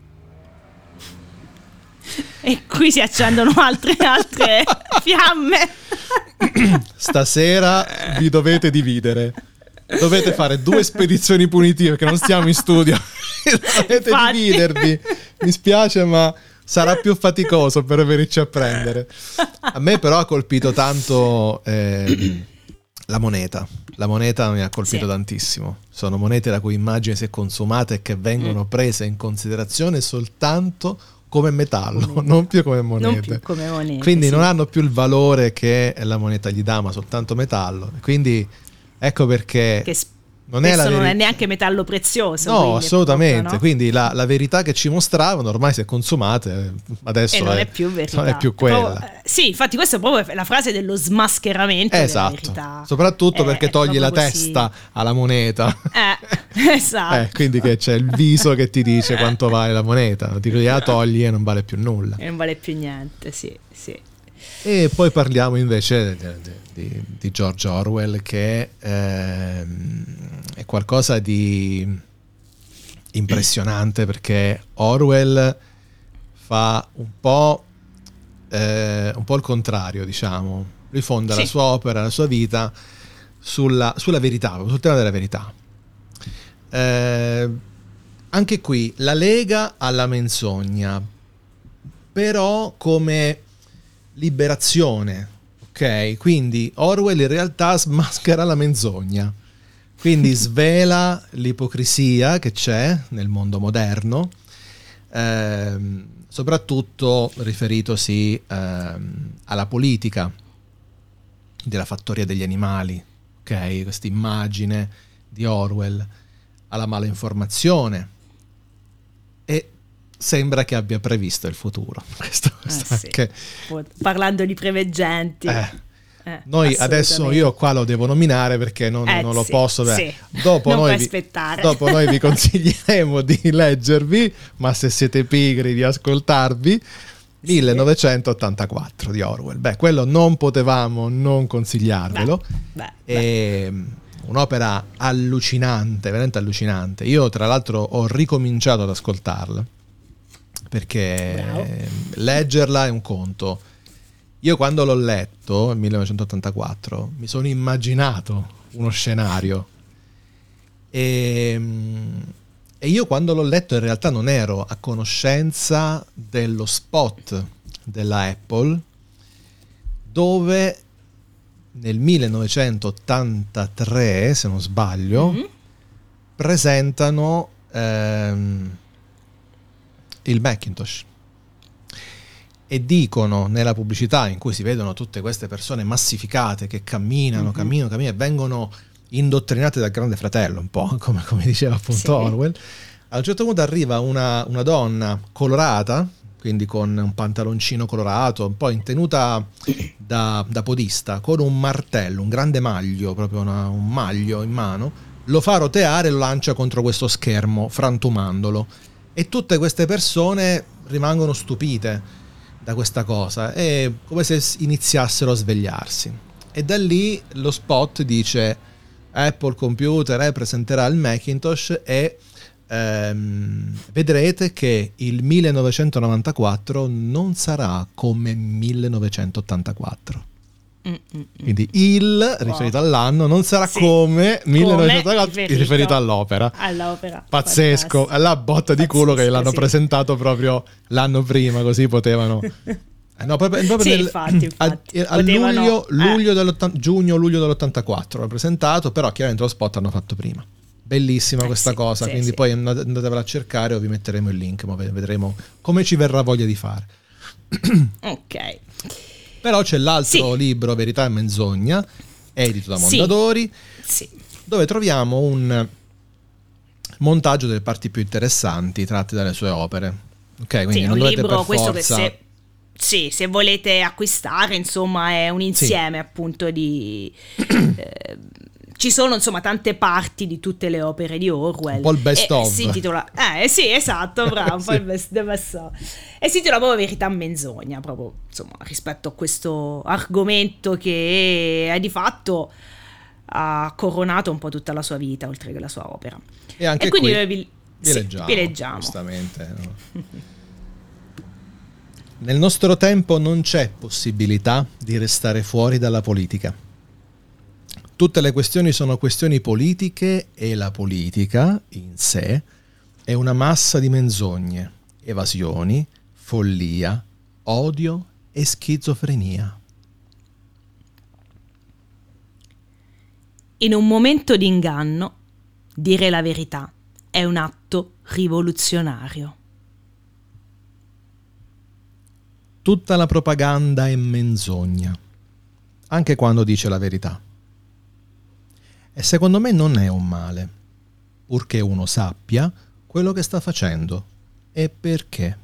E qui si accendono altre, altre fiamme. Stasera vi dovete dividere. Dovete fare due spedizioni punitive perché non stiamo in studio. Dovete Infatti. dividervi. Mi spiace, ma sarà più faticoso per venirci a prendere. A me però ha colpito tanto eh, la moneta. La moneta mi ha colpito Sì. tantissimo. Sono monete la cui immagine si è consumata e che vengono Mm. prese in considerazione soltanto come metallo, non più come monete. Non più come monete. Quindi sì. non hanno più il valore che la moneta gli dà, ma soltanto metallo. Quindi ecco perché Che s- non è la spesso non è verità. neanche metallo prezioso. No, quindi è assolutamente. proprio, no? Quindi la, la verità che ci mostravano ormai si è consumata, eh, adesso E non è, è più verità. non è più quella. Proprio- eh, sì, infatti questa è proprio la frase dello smascheramento della Esatto, verità. soprattutto Eh, perché è togli la proprio così. testa alla moneta. Eh, esatto. Eh, quindi che c'è il viso che ti dice quanto vale la moneta, ti la togli e non vale più nulla. E non vale più niente, sì, sì. E poi parliamo invece di, di, di George Orwell, che eh, è qualcosa di impressionante, perché Orwell fa un po', eh, un po' il contrario, diciamo. Lui fonda sì. la sua opera, la sua vita sulla, sulla verità, sul tema della verità. Eh, anche qui la lega alla menzogna, però come liberazione, ok? Quindi Orwell in realtà smaschera la menzogna, quindi svela l'ipocrisia che c'è nel mondo moderno, ehm, soprattutto riferitosi ehm, alla politica della fattoria degli animali, ok? Questa immagine di Orwell, alla mala informazione, e sembra che abbia previsto il futuro. Questo, questo eh sì. anche... Parlando di preveggenti. Eh. Eh, noi adesso io qua lo devo nominare perché non, eh, non lo sì, posso. Beh, sì. Dopo, non noi vi, dopo noi vi consiglieremo di leggervi, ma se siete pigri di ascoltarvi, sì. millenovecentottantaquattro di Orwell. Beh, quello non potevamo non consigliarvelo. Beh, beh, e, beh. Un'opera allucinante, veramente allucinante. Io tra l'altro ho ricominciato ad ascoltarla, perché Bravo. leggerla è un conto. Io quando l'ho letto nel millenovecentottantaquattro mi sono immaginato uno scenario, e, e io quando l'ho letto in realtà non ero a conoscenza dello spot della Apple, dove nel millenovecentottantatré, se non sbaglio, mm-hmm. presentano ehm, il Macintosh. E dicono nella pubblicità, in cui si vedono tutte queste persone massificate che camminano, mm-hmm. camminano, camminano e vengono indottrinate dal Grande Fratello, un po' come, come diceva appunto sì. Orwell. A un certo punto arriva una, una donna colorata, quindi con un pantaloncino colorato, un po' in tenuta da, da podista, con un martello, un grande maglio, proprio una, un maglio in mano, lo fa roteare e lo lancia contro questo schermo, frantumandolo. E tutte queste persone rimangono stupite da questa cosa, è come se iniziassero a svegliarsi. E da lì lo spot dice: Apple Computer eh, presenterà il Macintosh e ehm, vedrete che il millenovecentonovantaquattro non sarà come millenovecentottantaquattro. Mm-mm. Quindi il riferito wow. all'anno non sarà sì. come millenovecentottantaquattro riferito, riferito all'opera. all'opera. Pazzesco, è la botta di culo che l'hanno sì. presentato proprio l'anno prima, così potevano. Eh, no, proprio, proprio sì, nel, infatti, infatti. A, a luglio, luglio eh. dell'ottanta, giugno, luglio dell'ottantaquattro l'hanno presentato, però chiaramente lo spot hanno fatto prima. Bellissima eh, questa sì, cosa, sì, quindi sì. poi andatevela a cercare o vi metteremo il link, ma vedremo come ci verrà voglia di fare. Ok. Però c'è l'altro sì. libro, Verità e Menzogna, edito da Mondadori, sì. Sì. dove troviamo un montaggio delle parti più interessanti tratte dalle sue opere. Ok, quindi sì, non un dovete libro per questo forza... che se, sì, se volete acquistare, insomma, è un insieme sì. appunto di... eh, ci sono insomma tante parti di tutte le opere di Orwell. Un po' il best e, of. E si intitola, eh sì, esatto, bravo, un sì. po' il best, best of. E si intitola proprio Verità e Menzogna, proprio insomma rispetto a questo argomento che è di fatto ha coronato un po' tutta la sua vita, oltre che la sua opera. E anche e quindi qui noi vi, vi, sì, leggiamo, vi leggiamo. Giustamente. No? Nel nostro tempo non c'è possibilità di restare fuori dalla politica. Tutte le questioni sono questioni politiche e la politica, in sé, è una massa di menzogne, evasioni, follia, odio e schizofrenia. In un momento di inganno, dire la verità è un atto rivoluzionario. Tutta la propaganda è menzogna, anche quando dice la verità. E secondo me non è un male, purché uno sappia quello che sta facendo e perché.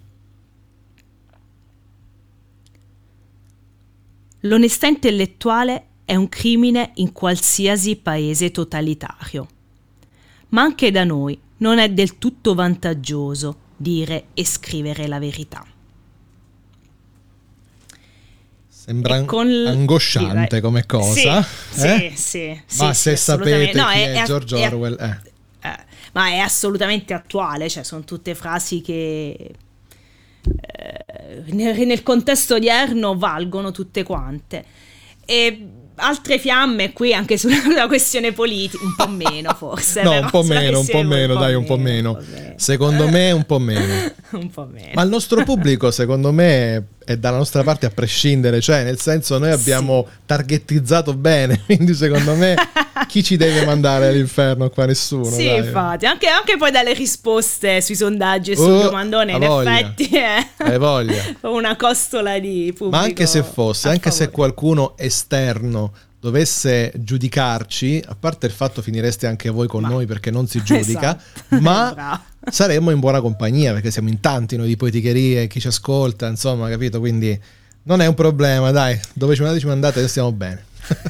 L'onestà intellettuale è un crimine in qualsiasi paese totalitario. Ma anche da noi non è del tutto vantaggioso dire e scrivere la verità. Sembra con angosciante direi. come cosa. Sì, eh? sì, sì. Ma sì, se sì, sapete no, chi è, è, è George è, Orwell, eh. Eh, ma è assolutamente attuale, cioè sono tutte frasi che eh, nel, nel contesto odierno valgono tutte quante. E altre fiamme qui anche sulla questione politica, un po' meno forse. No, però, un po' meno, un po' meno, un dai, po un po' meno. un po' meno. Secondo me un po' meno. Un po' meno. Ma il nostro pubblico, secondo me, è dalla nostra parte a prescindere, cioè nel senso noi abbiamo sì. targettizzato bene, quindi secondo me chi ci deve mandare all'inferno qua? Nessuno. Sì, dai. infatti, anche, anche poi dalle risposte sui sondaggi e sul oh, domandone, in voglia. effetti è hai voglia. una costola di pubblico. Ma anche se fosse, anche favore. se qualcuno esterno dovesse giudicarci, a parte il fatto finireste anche voi con ma, noi perché non si giudica, esatto. ma saremmo in buona compagnia perché siamo in tanti noi di Poeticherie, chi ci ascolta, insomma, capito? Quindi non è un problema, dai, dove ci mandate ci mandate, stiamo bene.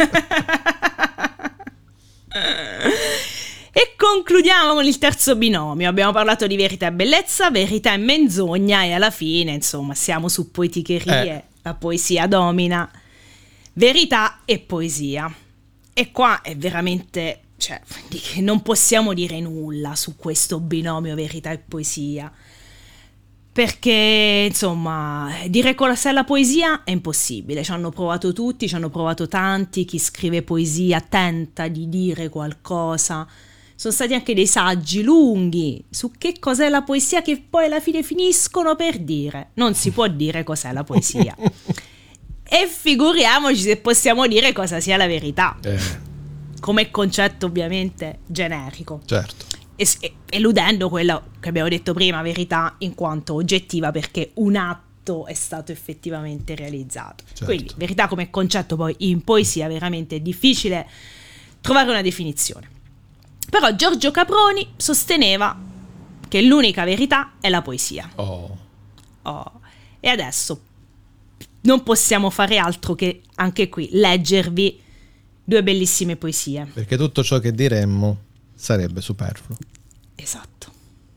E concludiamo con il terzo binomio. Abbiamo parlato di verità e bellezza, verità e menzogna e alla fine, insomma, siamo su Poeticherie, eh. la poesia domina. Verità e poesia. E qua è veramente, cioè, non possiamo dire nulla su questo binomio verità e poesia. Perché, insomma, dire cos'è la poesia è impossibile. Ci hanno provato tutti, ci hanno provato tanti. Chi scrive poesia tenta di dire qualcosa. Sono stati anche dei saggi lunghi su che cos'è la poesia che poi alla fine finiscono per dire. Non si può dire cos'è la poesia. E figuriamoci se possiamo dire cosa sia la verità, eh. come concetto ovviamente generico. Certo. E, eludendo quello che abbiamo detto prima, verità in quanto oggettiva perché un atto è stato effettivamente realizzato. Certo. Quindi verità come concetto poi in poesia veramente è difficile trovare una definizione. Però Giorgio Caproni sosteneva che l'unica verità è la poesia. Oh. Oh. E adesso non possiamo fare altro che anche qui leggervi due bellissime poesie. Perché tutto ciò che diremmo sarebbe superfluo. Esatto.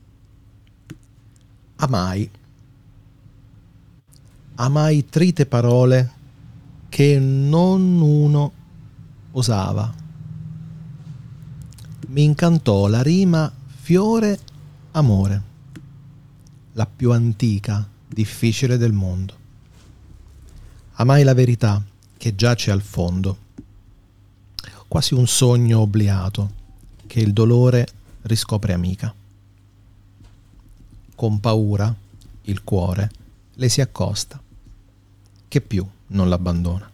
Amai. Amai trite parole che non uno osava. Mi incantò la rima fiore amore, la più antica, difficile del mondo. Amai la verità che giace al fondo, quasi un sogno obliato che il dolore riscopre amica. Con paura il cuore le si accosta, che più non l'abbandona.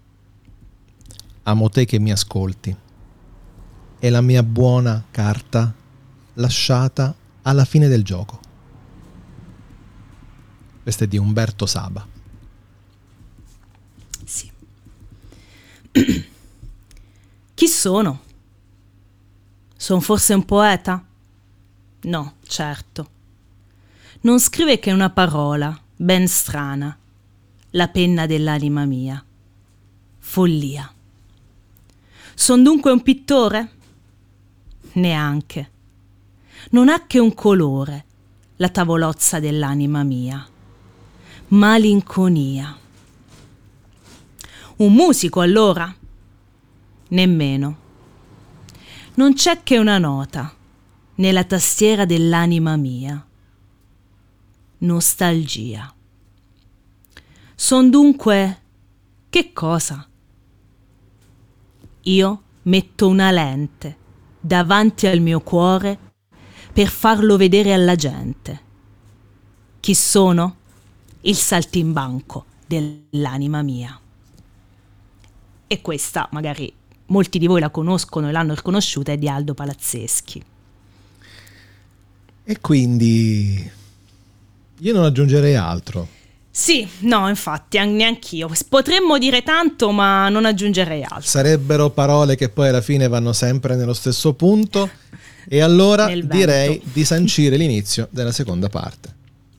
Amo te che mi ascolti, è la mia buona carta lasciata alla fine del gioco. Questo è di Umberto Saba. Sì. Chi sono? Sono forse un poeta? No, certo. Non scrive che una parola, ben strana, la penna dell'anima mia. Follia. Son dunque un pittore? Neanche. Non ha che un colore, la tavolozza dell'anima mia. Malinconia. Un musico allora? Nemmeno. Non c'è che una nota nella tastiera dell'anima mia. Nostalgia. Son dunque che cosa? Io metto una lente davanti al mio cuore per farlo vedere alla gente. Chi sono? Il saltimbanco dell'anima mia. E questa, magari molti di voi la conoscono e l'hanno riconosciuta, è di Aldo Palazzeschi. E quindi io non aggiungerei altro. Sì, no, infatti, neanch'io. Potremmo dire tanto, ma non aggiungerei altro. Sarebbero parole che poi alla fine vanno sempre nello stesso punto. E allora direi di sancire l'inizio della seconda parte,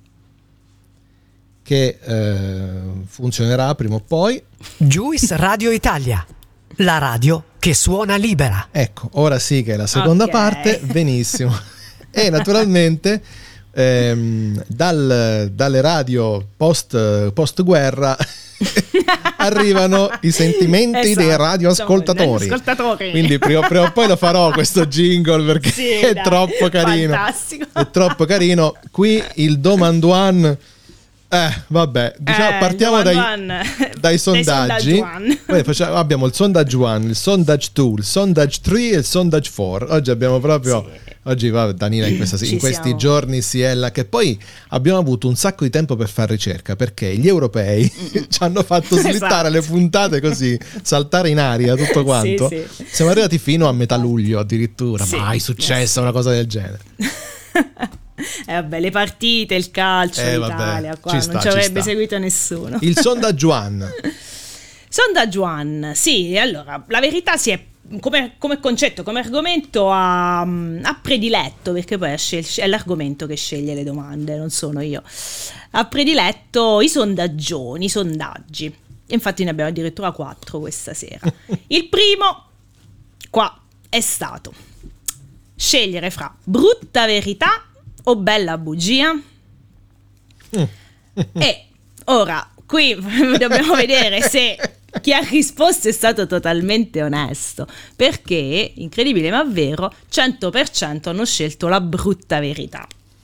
che eh, funzionerà prima o poi. Juice Radio Italia, la radio che suona libera. Ecco, ora sì che è la seconda okay. parte, benissimo. E naturalmente ehm, dal, dalle radio post, post guerra arrivano i sentimenti Esatto, dei radioascoltatori. degli ascoltatori. Quindi prima, prima o poi lo farò questo jingle perché Sì, è dai, troppo carino. fantastico. È troppo carino. Qui il domanduan. Eh, vabbè, diciamo, Eh, partiamo dai, one, dai dai sondaggi. sondaggi one. Poi facciamo, abbiamo il sondaggio uno, il sondaggio due, il sondaggio tre e il sondaggio quattro. Oggi abbiamo proprio Sì. oggi va Danila in, questa, Ci in questi siamo. giorni si è là che poi abbiamo avuto un sacco di tempo per fare ricerca perché gli europei ci hanno fatto slittare Esatto. le puntate così, saltare in aria tutto quanto. Sì, Siamo arrivati fino a metà luglio addirittura, Sì. mai successa una cosa del genere. Eh, vabbè, le partite, il calcio, Eh, vabbè, l'Italia, qua ci non sta, ci ci avrebbe sta. seguito nessuno. Il sondaggio uno. Sondaggio one, sì, allora, la verità si è, come, come concetto, come argomento ha, ha prediletto, perché poi è, scel- è l'argomento che sceglie le domande, non sono io, ha prediletto i sondaggioni, i sondaggi, e infatti ne abbiamo addirittura quattro questa sera. Il primo, qua, è stato scegliere fra brutta verità o bella bugia. E ora qui dobbiamo vedere se chi ha risposto è stato totalmente onesto, perché incredibile ma vero, cento per cento hanno scelto la brutta verità.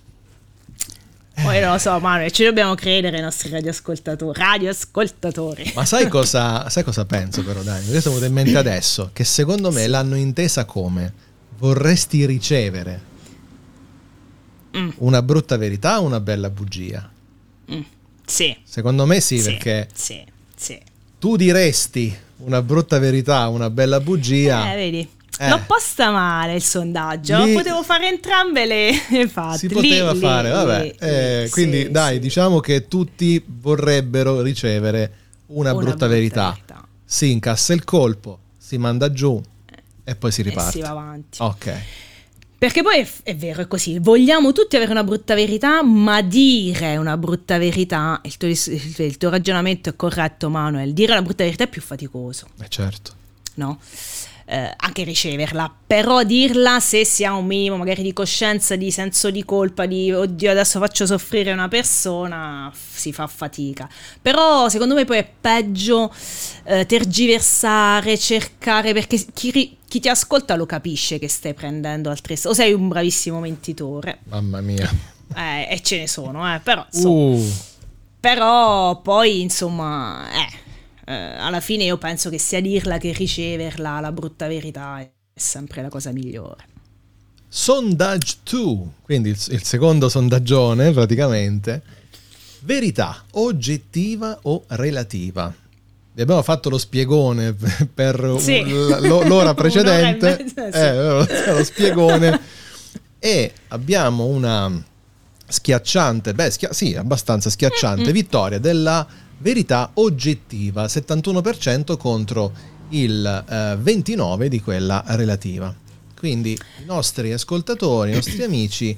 Poi non lo so, Manuel, ci dobbiamo credere ai nostri radioascoltatori, radioascoltatori. Ma sai cosa, sai cosa penso però, Dani? Questo mi è venuto in mente adesso, che secondo me l'hanno intesa come vorresti ricevere Mm. una brutta verità o una bella bugia? Mm, sì, Secondo me sì, sì, perché sì, sì. tu diresti una brutta verità, una bella bugia. Eh, vedi, Eh. l'ho posta male il sondaggio, Lì- potevo fare entrambe le le fatte. Si poteva Lì- fare, lì- vabbè. lì- Eh, sì, quindi dai, sì. diciamo che tutti vorrebbero ricevere una, Una brutta, brutta verità. verità. Si incassa il colpo, si manda giù e poi si E riparte. si va avanti. Ok. Perché poi è, è vero, è così, vogliamo tutti avere una brutta verità, ma dire una brutta verità, il tuo, il, il tuo ragionamento è corretto, Manuel, dire una brutta verità è più faticoso, Eh certo. no? Eh, anche riceverla, però dirla se si ha un minimo magari di coscienza, di senso di colpa, di oddio adesso faccio soffrire una persona, f- si fa fatica. Però secondo me poi è peggio eh, tergiversare, cercare, perché chi, ri- chi ti ascolta lo capisce che stai prendendo altre, o sei un bravissimo mentitore, Mamma mia. eh, e ce ne sono, eh, però insomma, Uh, però poi insomma eh, eh, alla fine io penso che sia dirla che riceverla, la brutta verità è sempre la cosa migliore. sondage due, quindi il, il secondo sondaggione praticamente. Verità oggettiva o relativa? Vi abbiamo fatto lo spiegone per Sì. un- l- l'ora precedente. Un'ora e mezza, sì. Eh, lo, lo spiegone. E abbiamo una schiacciante, beh, schia- sì, abbastanza schiacciante vittoria della verità oggettiva, settantuno per cento contro il eh, ventinove per cento di quella relativa. Quindi i nostri ascoltatori, i nostri amici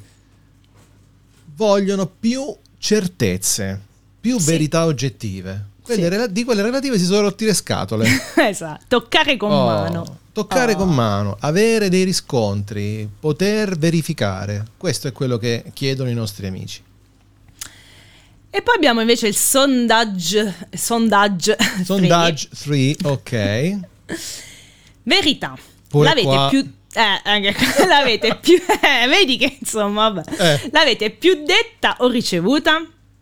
vogliono più certezze, più Sì. verità oggettive. Quelle Sì. rela- di quelle relative si sono rotti le scatole. Esatto, toccare con Oh, mano. Toccare Oh. con mano, avere dei riscontri, poter verificare. Questo è quello che chiedono i nostri amici. E poi abbiamo invece il sondaggio, sondaggio, Sondage tre, ok. verità. Pure l'avete qua. più eh, anche qua l'avete più eh, vedi che insomma vabbè. Eh. L'avete più detta o ricevuta?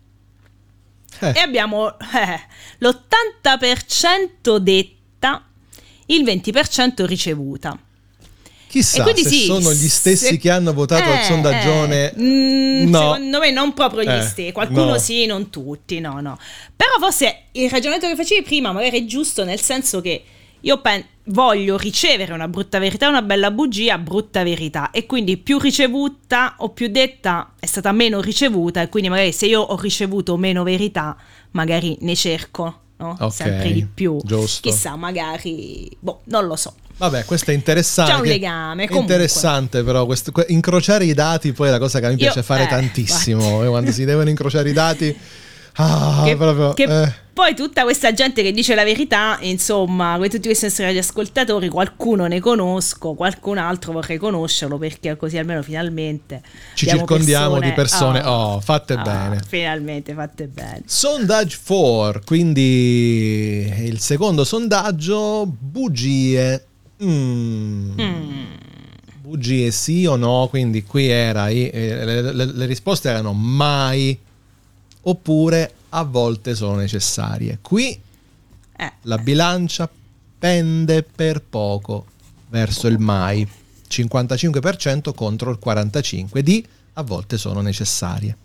Eh. E abbiamo eh, l'ottanta per cento detta, il venti per cento ricevuta. Chissà E quindi se sì, sono gli stessi se- che hanno votato al eh, sondaggione. eh, mm, no. Secondo me non proprio gli Eh, stessi, qualcuno no. sì, non tutti, no, no. Però forse il ragionamento che facevi prima magari è giusto, nel senso che io pen- voglio ricevere una brutta verità, una bella bugia, brutta verità, e quindi più ricevuta o più detta è stata meno ricevuta, e quindi magari se io ho ricevuto meno verità magari ne cerco, no? Ok, Sempre di più. giusto. Chissà, magari, boh, non lo so. Vabbè, questo è interessante. C'è un che- legame, è comunque. interessante però, questo- que- incrociare i dati poi è la cosa che a me Io- piace fare eh, tantissimo. eh, quando si devono incrociare i dati, Ah, che, proprio, che eh. Poi tutta questa gente che dice la verità, insomma, tutti questi nostri radioascoltatori, qualcuno ne conosco, qualcun altro vorrei conoscerlo, perché così almeno finalmente ci circondiamo persone, di persone oh, oh fatte oh, bene. Finalmente fatte bene. Sondage quattro, quindi il secondo sondaggio, bugie. Mm. Mm. Bugie sì o no, quindi qui era eh, le, le, le risposte erano mai, oppure a volte sono necessarie. Qui eh. la bilancia pende per poco verso il mai, cinquantacinque per cento contro il quarantacinque per cento di a volte sono necessarie.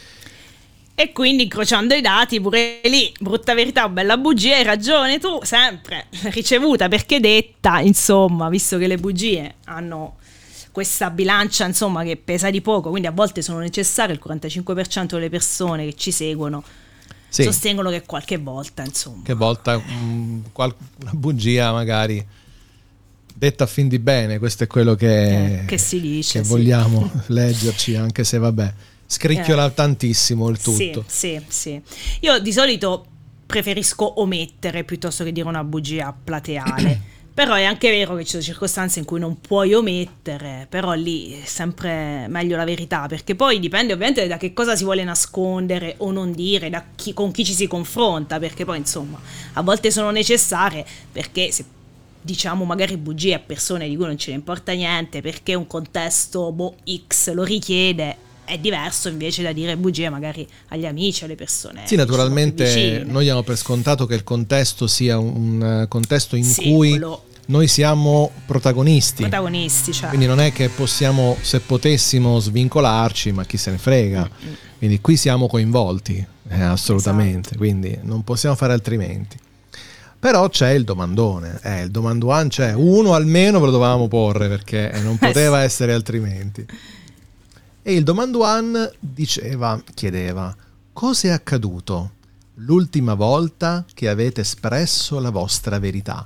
E quindi incrociando i dati pure lì, brutta verità o bella bugia, hai ragione tu, sempre ricevuta perché detta, insomma, visto che le bugie hanno questa bilancia, insomma, che pesa di poco, quindi a volte sono necessarie, il quarantacinque per cento delle persone che ci seguono sì. sostengono che qualche volta, insomma. Che volta um, qual- una bugia magari detta a fin di bene, questo è quello che, eh, che si dice, che sì. vogliamo leggerci, anche se vabbè, scricchiola eh. tantissimo il tutto. Sì, sì, sì. Io di solito preferisco omettere piuttosto che dire una bugia plateale. Però è anche vero che ci sono circostanze in cui non puoi omettere, però lì è sempre meglio la verità, perché poi dipende ovviamente da che cosa si vuole nascondere o non dire, da chi, con chi ci si confronta, perché poi insomma a volte sono necessarie, perché se diciamo magari bugie a persone di cui non ce ne importa niente, perché un contesto boh, X lo richiede, è diverso invece da dire bugie magari agli amici, alle persone. Sì, naturalmente noi diamo per scontato che il contesto sia un contesto in sì, cui quello... noi siamo protagonisti. Protagonisti, cioè. Quindi non è che possiamo, se potessimo, svincolarci, ma chi se ne frega. Mm-hmm. Quindi qui siamo coinvolti, eh, assolutamente. Esatto. Quindi non possiamo fare altrimenti. Però c'è il domandone, eh, il domanduan c'è, uno almeno ve lo dovevamo porre perché non poteva eh sì. essere altrimenti. E il domanduan diceva, chiedeva, cosa è accaduto l'ultima volta che avete espresso la vostra verità?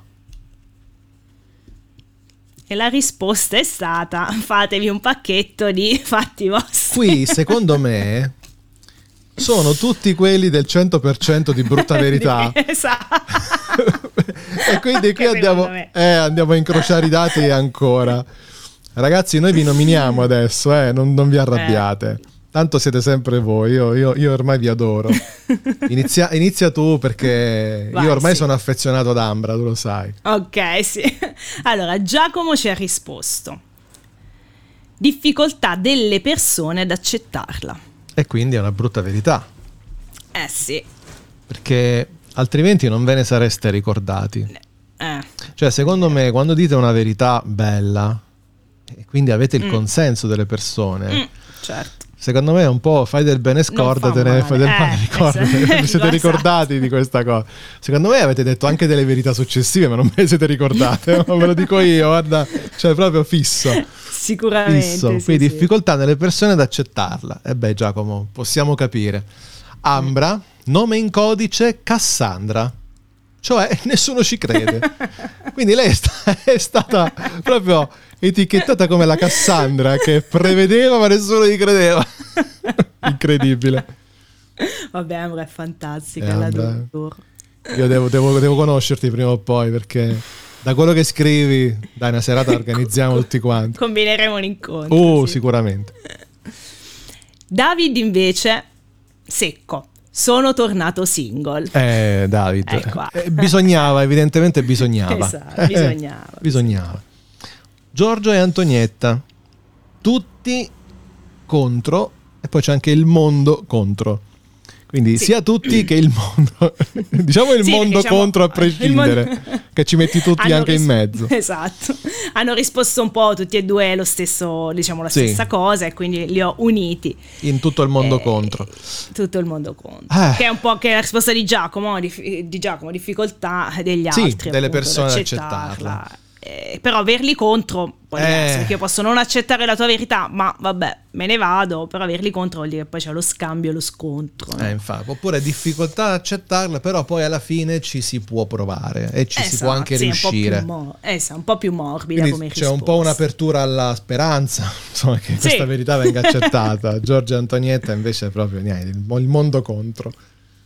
E la risposta è stata, fatevi un pacchetto di fatti vostri. Qui, secondo me, sono tutti quelli del cento per cento di brutta verità. Esatto. E quindi qui andiamo, eh, andiamo a incrociare i dati ancora. Ragazzi, noi vi nominiamo adesso, eh, non, non vi arrabbiate. Eh. Tanto siete sempre voi, io, io, io ormai vi adoro. Inizia, inizia tu perché Vai, io ormai sì. sono affezionato ad Ambra, tu lo sai. Ok, sì. Allora, Giacomo ci ha risposto. Difficoltà delle persone ad accettarla. E quindi è una brutta verità. Eh sì. Perché altrimenti non ve ne sareste ricordati. Eh. Cioè, secondo me, quando dite una verità bella... e quindi avete il mm. consenso delle persone, mm, certo. Secondo me è un po' fai del bene scordatene, fai del male eh, ricordate. esatto. Vi siete ricordati di questa cosa? Secondo me avete detto anche delle verità successive, ma non me le siete ricordate. Ma ve lo dico io, guarda, cioè proprio fisso. Sicuramente. Fisso. Sì, Quindi sì. difficoltà nelle persone ad accettarla. E beh, Giacomo, possiamo capire. Ambra, nome in codice Cassandra. Cioè nessuno ci crede. Quindi lei è, sta- è stata proprio etichettata come la Cassandra che prevedeva ma nessuno gli credeva. Incredibile. Vabbè, Ambra è fantastica, eh, l'adoro. Io devo, devo, devo conoscerti prima o poi, perché da quello che scrivi, dai, una serata organizziamo tutti quanti. Combineremo un incontro. Uh, sì. Sicuramente. David invece secco. Sono tornato single. Eh, David. Eh, bisognava, evidentemente bisognava. Esatto, bisognava. Eh, bisognava. Giorgio e Antonietta. Tutti contro, e poi c'è anche il mondo contro. Quindi sì. sia tutti che il mondo. Diciamo il sì, mondo diciamo, contro a prescindere, mondo... che ci metti tutti anche ris- in mezzo. Esatto. Hanno risposto un po' tutti e due lo stesso, diciamo la stessa sì. cosa, e quindi li ho uniti. In tutto il mondo eh, contro. Tutto il mondo contro. Eh. Che è un po' che la risposta di Giacomo, di, di Giacomo, difficoltà degli sì, altri. Delle appunto, persone ad accettarla. accettarla. Eh, però averli contro poi eh. diverso, perché io posso non accettare la tua verità, ma vabbè, me ne vado. Però averli contro vuol dire che poi c'è lo scambio e lo scontro, eh, infatti. Oppure difficoltà ad accettarla, però poi alla fine ci si può provare e ci esatto, si può anche sì, riuscire. Un po' più, mo- eh, un po' più morbida. Quindi come c'è risposta. un po' un'apertura alla speranza, insomma, che sì. questa verità venga accettata. Giorgio e Antonietta invece è proprio niente, il mondo contro.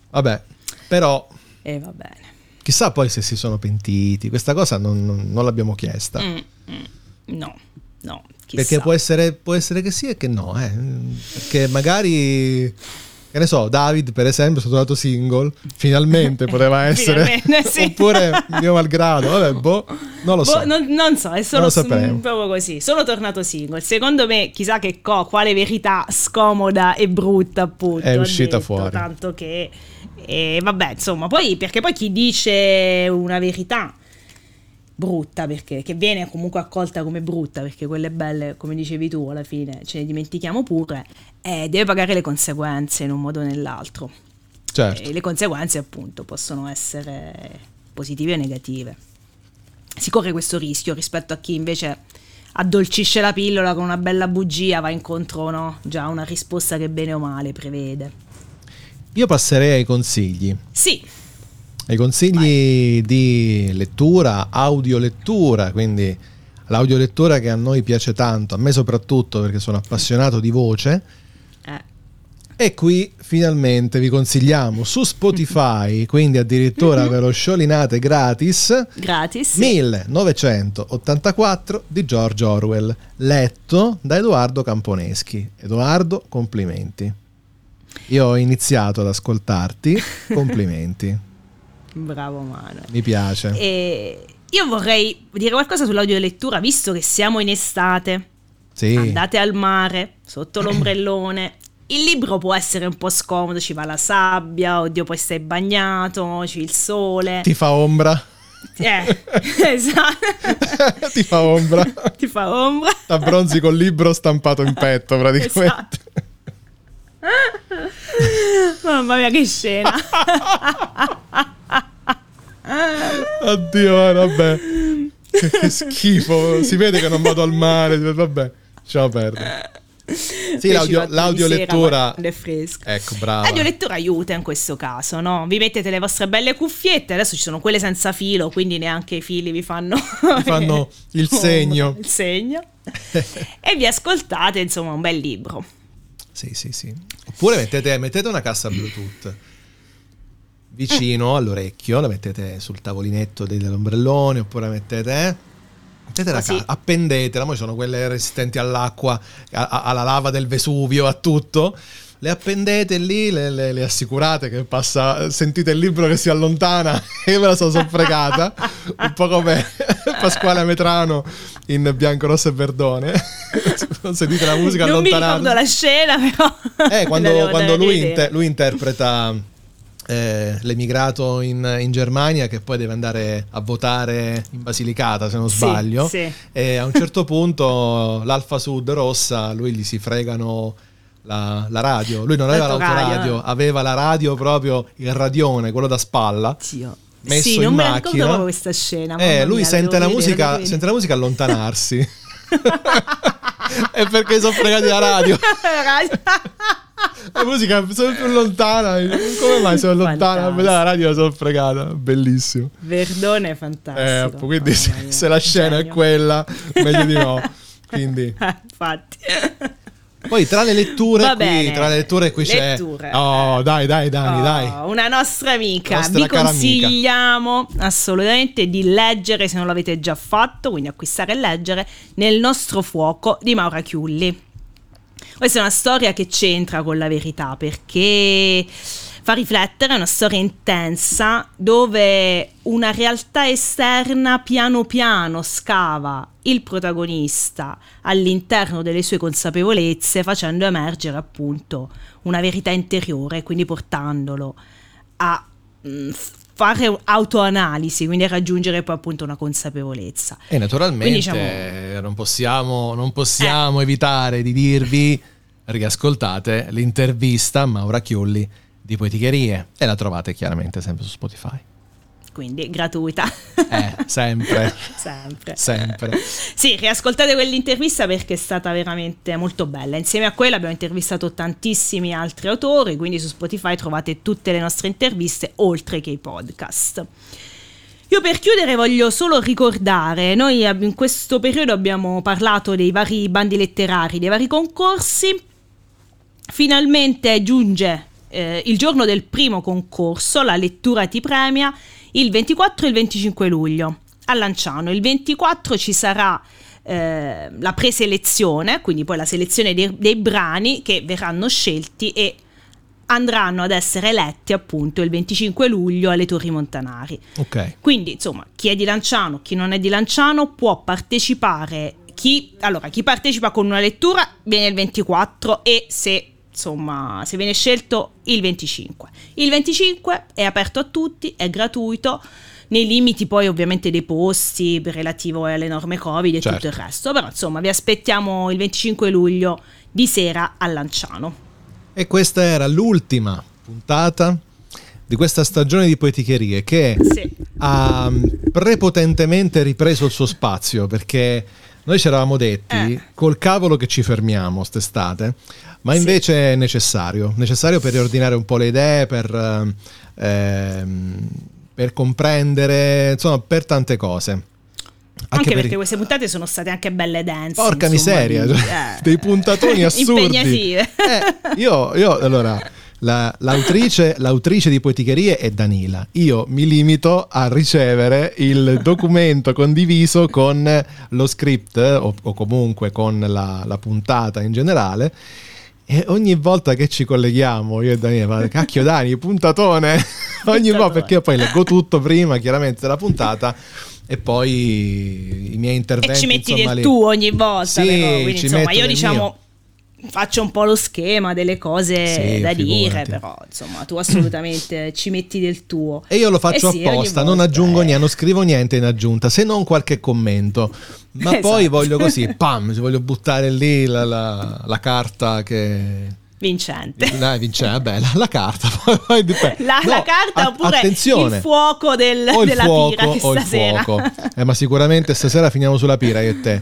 Vabbè, però... E eh, va bene. Chissà poi se si sono pentiti, questa cosa non, non, non l'abbiamo chiesta. Mm, mm, no, no. Chissà. Perché può essere, può essere che sì e che no, eh. Perché magari, che ne so, David per esempio è stato dato single, finalmente poteva essere, finalmente, sì. Oppure mio malgrado, vabbè, boh, non lo so. Boh, non, non so, è solo s- proprio così, sono tornato single. Secondo me, chissà che co- quale verità scomoda e brutta appunto è uscita detto, fuori. Tanto che, e vabbè, insomma, poi perché poi chi dice una verità brutta, perché che viene comunque accolta come brutta, perché quelle belle, come dicevi tu, alla fine ce ne dimentichiamo pure, eh, deve pagare le conseguenze in un modo o nell'altro. Certo. E le conseguenze appunto possono essere positive o negative. Si corre questo rischio rispetto a chi invece addolcisce la pillola con una bella bugia, va incontro, no? Già una risposta che bene o male prevede. Io passerei ai consigli. Sì. Ai consigli Vai. Di lettura, audiolettura, quindi l'audiolettura che a noi piace tanto, a me soprattutto perché sono appassionato di voce. Eh. E qui finalmente vi consigliamo su Spotify, quindi addirittura mm-hmm. ve lo sciolinate gratis, gratis sì. millenovecentottantaquattro di George Orwell, letto da Edoardo Camponeschi. Edoardo, complimenti. Io ho iniziato ad ascoltarti, complimenti. Bravo Manuel. Mi piace. E io vorrei dire qualcosa sull'audiolettura, visto che siamo in estate. Sì. Andate al mare, sotto l'ombrellone. Il libro può essere un po' scomodo, ci va la sabbia, oddio poi stai bagnato, c'è il sole. Ti fa ombra. Eh, esatto. Ti fa ombra. Ti fa ombra. T'abbronzi col libro stampato in petto praticamente. Esatto. Mamma mia che scena. Oddio, vabbè. Che, che schifo. Si vede che non vado al mare. Vabbè, lasciamo perdere. Sì, l'audio, l'audiolettura è fresco. Ecco, brava. L'audiolettura aiuta in questo caso, no? Vi mettete le vostre belle cuffiette. Adesso ci sono quelle senza filo, quindi neanche i fili vi fanno, vi fanno il segno. Il segno. E vi ascoltate, insomma, un bel libro. Sì, sì, sì. Oppure mettete, mettete una cassa Bluetooth vicino all'orecchio, la mettete sul tavolinetto dell'ombrellone, oppure mettete, eh, mettete la ca- appendetela, poi sono quelle resistenti all'acqua, a- a- alla lava del Vesuvio, a tutto. Le appendete lì, le, le, le assicurate che passa, sentite il libro che si allontana. Io me la sono soffregata, un po' come Pasquale Metrano in Bianco, Rosso e Verdone. Sentite la musica non allontanata. Non mi ricordo la scena, però eh, quando, quando lui, inter- lui interpreta eh, l'emigrato in, in Germania che poi deve andare a votare in Basilicata, se non sbaglio, sì, sì. E a un certo punto l'Alfa Sud rossa, lui gli si fregano La, la radio, lui non aveva l'autoradio, aveva la radio proprio, il radione, quello da spalla. Dio. Messo sì, in non macchina. mi ricordo proprio questa scena. Eh, lui mia, sente la vedere, musica, sente la musica allontanarsi. È perché sono fregati la radio. La musica è sempre più lontana. Come mai sono lontana? La radio la sono fregata. Bellissimo. Verdone è fantastico. Eh, quindi se, se la scena Genio. È quella, meglio di no. Quindi infatti. Poi tra le letture Va qui, bene. tra le letture qui letture. c'è Oh, dai, dai, Dani, oh, dai. Una nostra amica. Nostra Vi consigliamo amica. assolutamente di leggere, se non l'avete già fatto, quindi acquistare e leggere Nel nostro fuoco di Maura Chiulli. Questa è una storia che c'entra con la verità, perché fa riflettere, è una storia intensa dove una realtà esterna piano piano scava il protagonista all'interno delle sue consapevolezze, facendo emergere appunto una verità interiore, quindi portandolo a mh, fare autoanalisi, quindi a raggiungere poi appunto una consapevolezza. E naturalmente quindi, diciamo, non possiamo, non possiamo eh. evitare di dirvi riascoltate l'intervista a Maura Chiulli di Poeticherie e la trovate chiaramente sempre su Spotify. Quindi gratuita. Eh, sempre. sempre. Sempre. Sì, riascoltate quell'intervista perché è stata veramente molto bella. Insieme a quella abbiamo intervistato tantissimi altri autori, quindi su Spotify trovate tutte le nostre interviste oltre che i podcast. Io per chiudere voglio solo ricordare, noi in questo periodo abbiamo parlato dei vari bandi letterari, dei vari concorsi. Finalmente giunge eh, il giorno del primo concorso la lettura ti premia il ventiquattro e il venticinque luglio a Lanciano. Il ventiquattro ci sarà eh, la preselezione, quindi poi la selezione dei, dei brani che verranno scelti e andranno ad essere eletti appunto il venticinque luglio alle Torri Montanari. Ok. Quindi insomma, chi è di Lanciano, chi non è di Lanciano può partecipare. Chi, allora, chi partecipa con una lettura viene il ventiquattro e se insomma se viene scelto il venticinque. Il venticinque è aperto a tutti, è gratuito, nei limiti poi ovviamente dei posti relativo alle norme Covid e certo. tutto il resto, però insomma vi aspettiamo il venticinque luglio di sera a Lanciano. E questa era l'ultima puntata di questa stagione di Poeticherie che Sì. ha prepotentemente ripreso il suo spazio, perché noi ci eravamo detti Eh. col cavolo che ci fermiamo st'estate, ma Sì. invece è necessario, necessario per riordinare un po' le idee, per, ehm, per comprendere, insomma, per tante cose. Anche, Anche perché per- queste puntate sono state anche belle dense. Porca insomma, miseria, di- cioè, eh, dei puntatoni assurdi. impegnative. Eh, io, io, allora, la- l'autrice, l'autrice di Poeticherie è Danila. Io mi limito a ricevere il documento condiviso con lo script o, o comunque con la, la puntata in generale. E ogni volta che ci colleghiamo, io e Daniele, cacchio Dani, puntatone, ogni volta, perché io poi leggo tutto prima, chiaramente, della puntata, e poi i miei interventi. E ci metti insomma, del lì. tu ogni volta, Sì, però, quindi ci insomma metto io del diciamo faccio un po' lo schema delle cose Sì, da dire, figurati. però insomma tu assolutamente ci metti del tuo. E io lo faccio Eh sì, apposta, ogni non volta, aggiungo eh. niente, non scrivo niente in aggiunta, se non qualche commento. Ma Esatto. poi voglio così, pam, ci voglio buttare lì la, la, la carta che... Vincente. Dai, vince, vabbè, la, la carta. Poi dipende. La, No, la carta a- oppure attenzione. il fuoco del, O il della fuoco pira di o il stasera. fuoco. Eh, ma sicuramente stasera finiamo sulla pira io e te.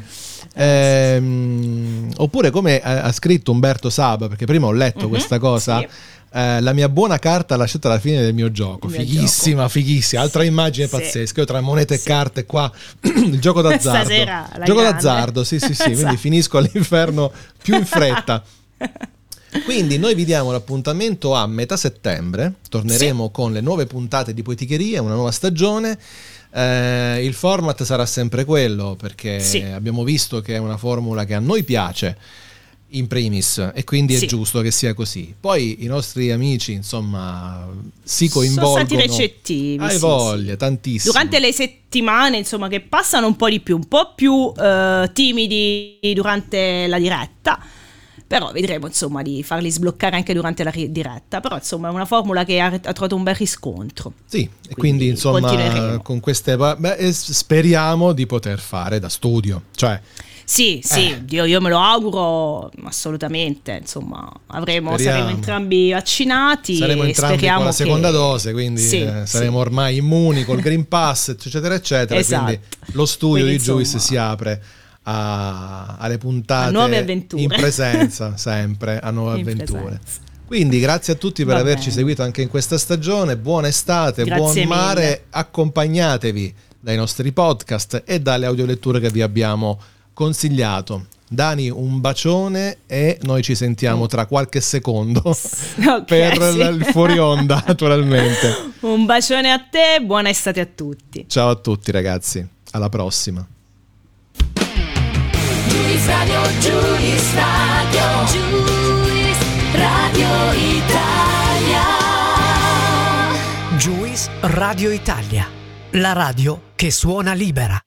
Ehm, oppure come ha, ha scritto Umberto Saba, perché prima ho letto Mhm, questa cosa. sì. eh, la mia buona carta lasciata alla fine del mio gioco. Il mio Fighissima, gioco. fighissima. Altra immagine Sì. pazzesca. Io tra monete e Sì. carte qua. Il gioco d'azzardo. Stasera alla Gioco grande. d'azzardo, sì, sì, sì. Quindi Esatto. finisco all'inferno più in fretta. Quindi noi vi diamo l'appuntamento a metà settembre, torneremo con le nuove puntate di Poeticheria, una nuova stagione. Eh, il format sarà sempre quello, perché Sì. abbiamo visto che è una formula che a noi piace in primis e quindi è Sì. giusto che sia così. Poi i nostri amici insomma si Sono coinvolgono. stati recettivi. Hai sì, voglia, sì. tantissimo. Durante le settimane, insomma, che passano un po' di più, un po' più eh, timidi durante la diretta, però vedremo insomma di farli sbloccare anche durante la ri- diretta, però insomma è una formula che ha, ha trovato un bel riscontro. Sì, e quindi, Quindi insomma continueremo. con queste pa- beh, e s- speriamo di poter fare da studio, cioè Sì, sì, Eh. Dio, io me lo auguro assolutamente, insomma, avremo, Speriamo. saremo entrambi vaccinati saremo e entrambi speriamo con la seconda che... dose, quindi Sì, eh, sì. saremo ormai immuni col Green Pass, eccetera, eccetera. Esatto. Quindi lo studio Quindi, di Juice insomma, si apre a- alle puntate a nuove avventure. in presenza, sempre a nuove In avventure. presenza. Quindi grazie a tutti per Va averci bene. seguito anche in questa stagione, buona estate, Grazie buon mare, mille. accompagnatevi dai nostri podcast e dalle audioletture che vi abbiamo consigliato. Dani, un bacione e noi ci sentiamo tra qualche secondo Ok, per sì. l- il fuori onda, naturalmente. Un bacione a te, buona estate a tutti. Ciao a tutti ragazzi, alla prossima. Juice Radio, Juice Radio, Juice Radio Italia. Juice Radio Italia, la radio che suona libera.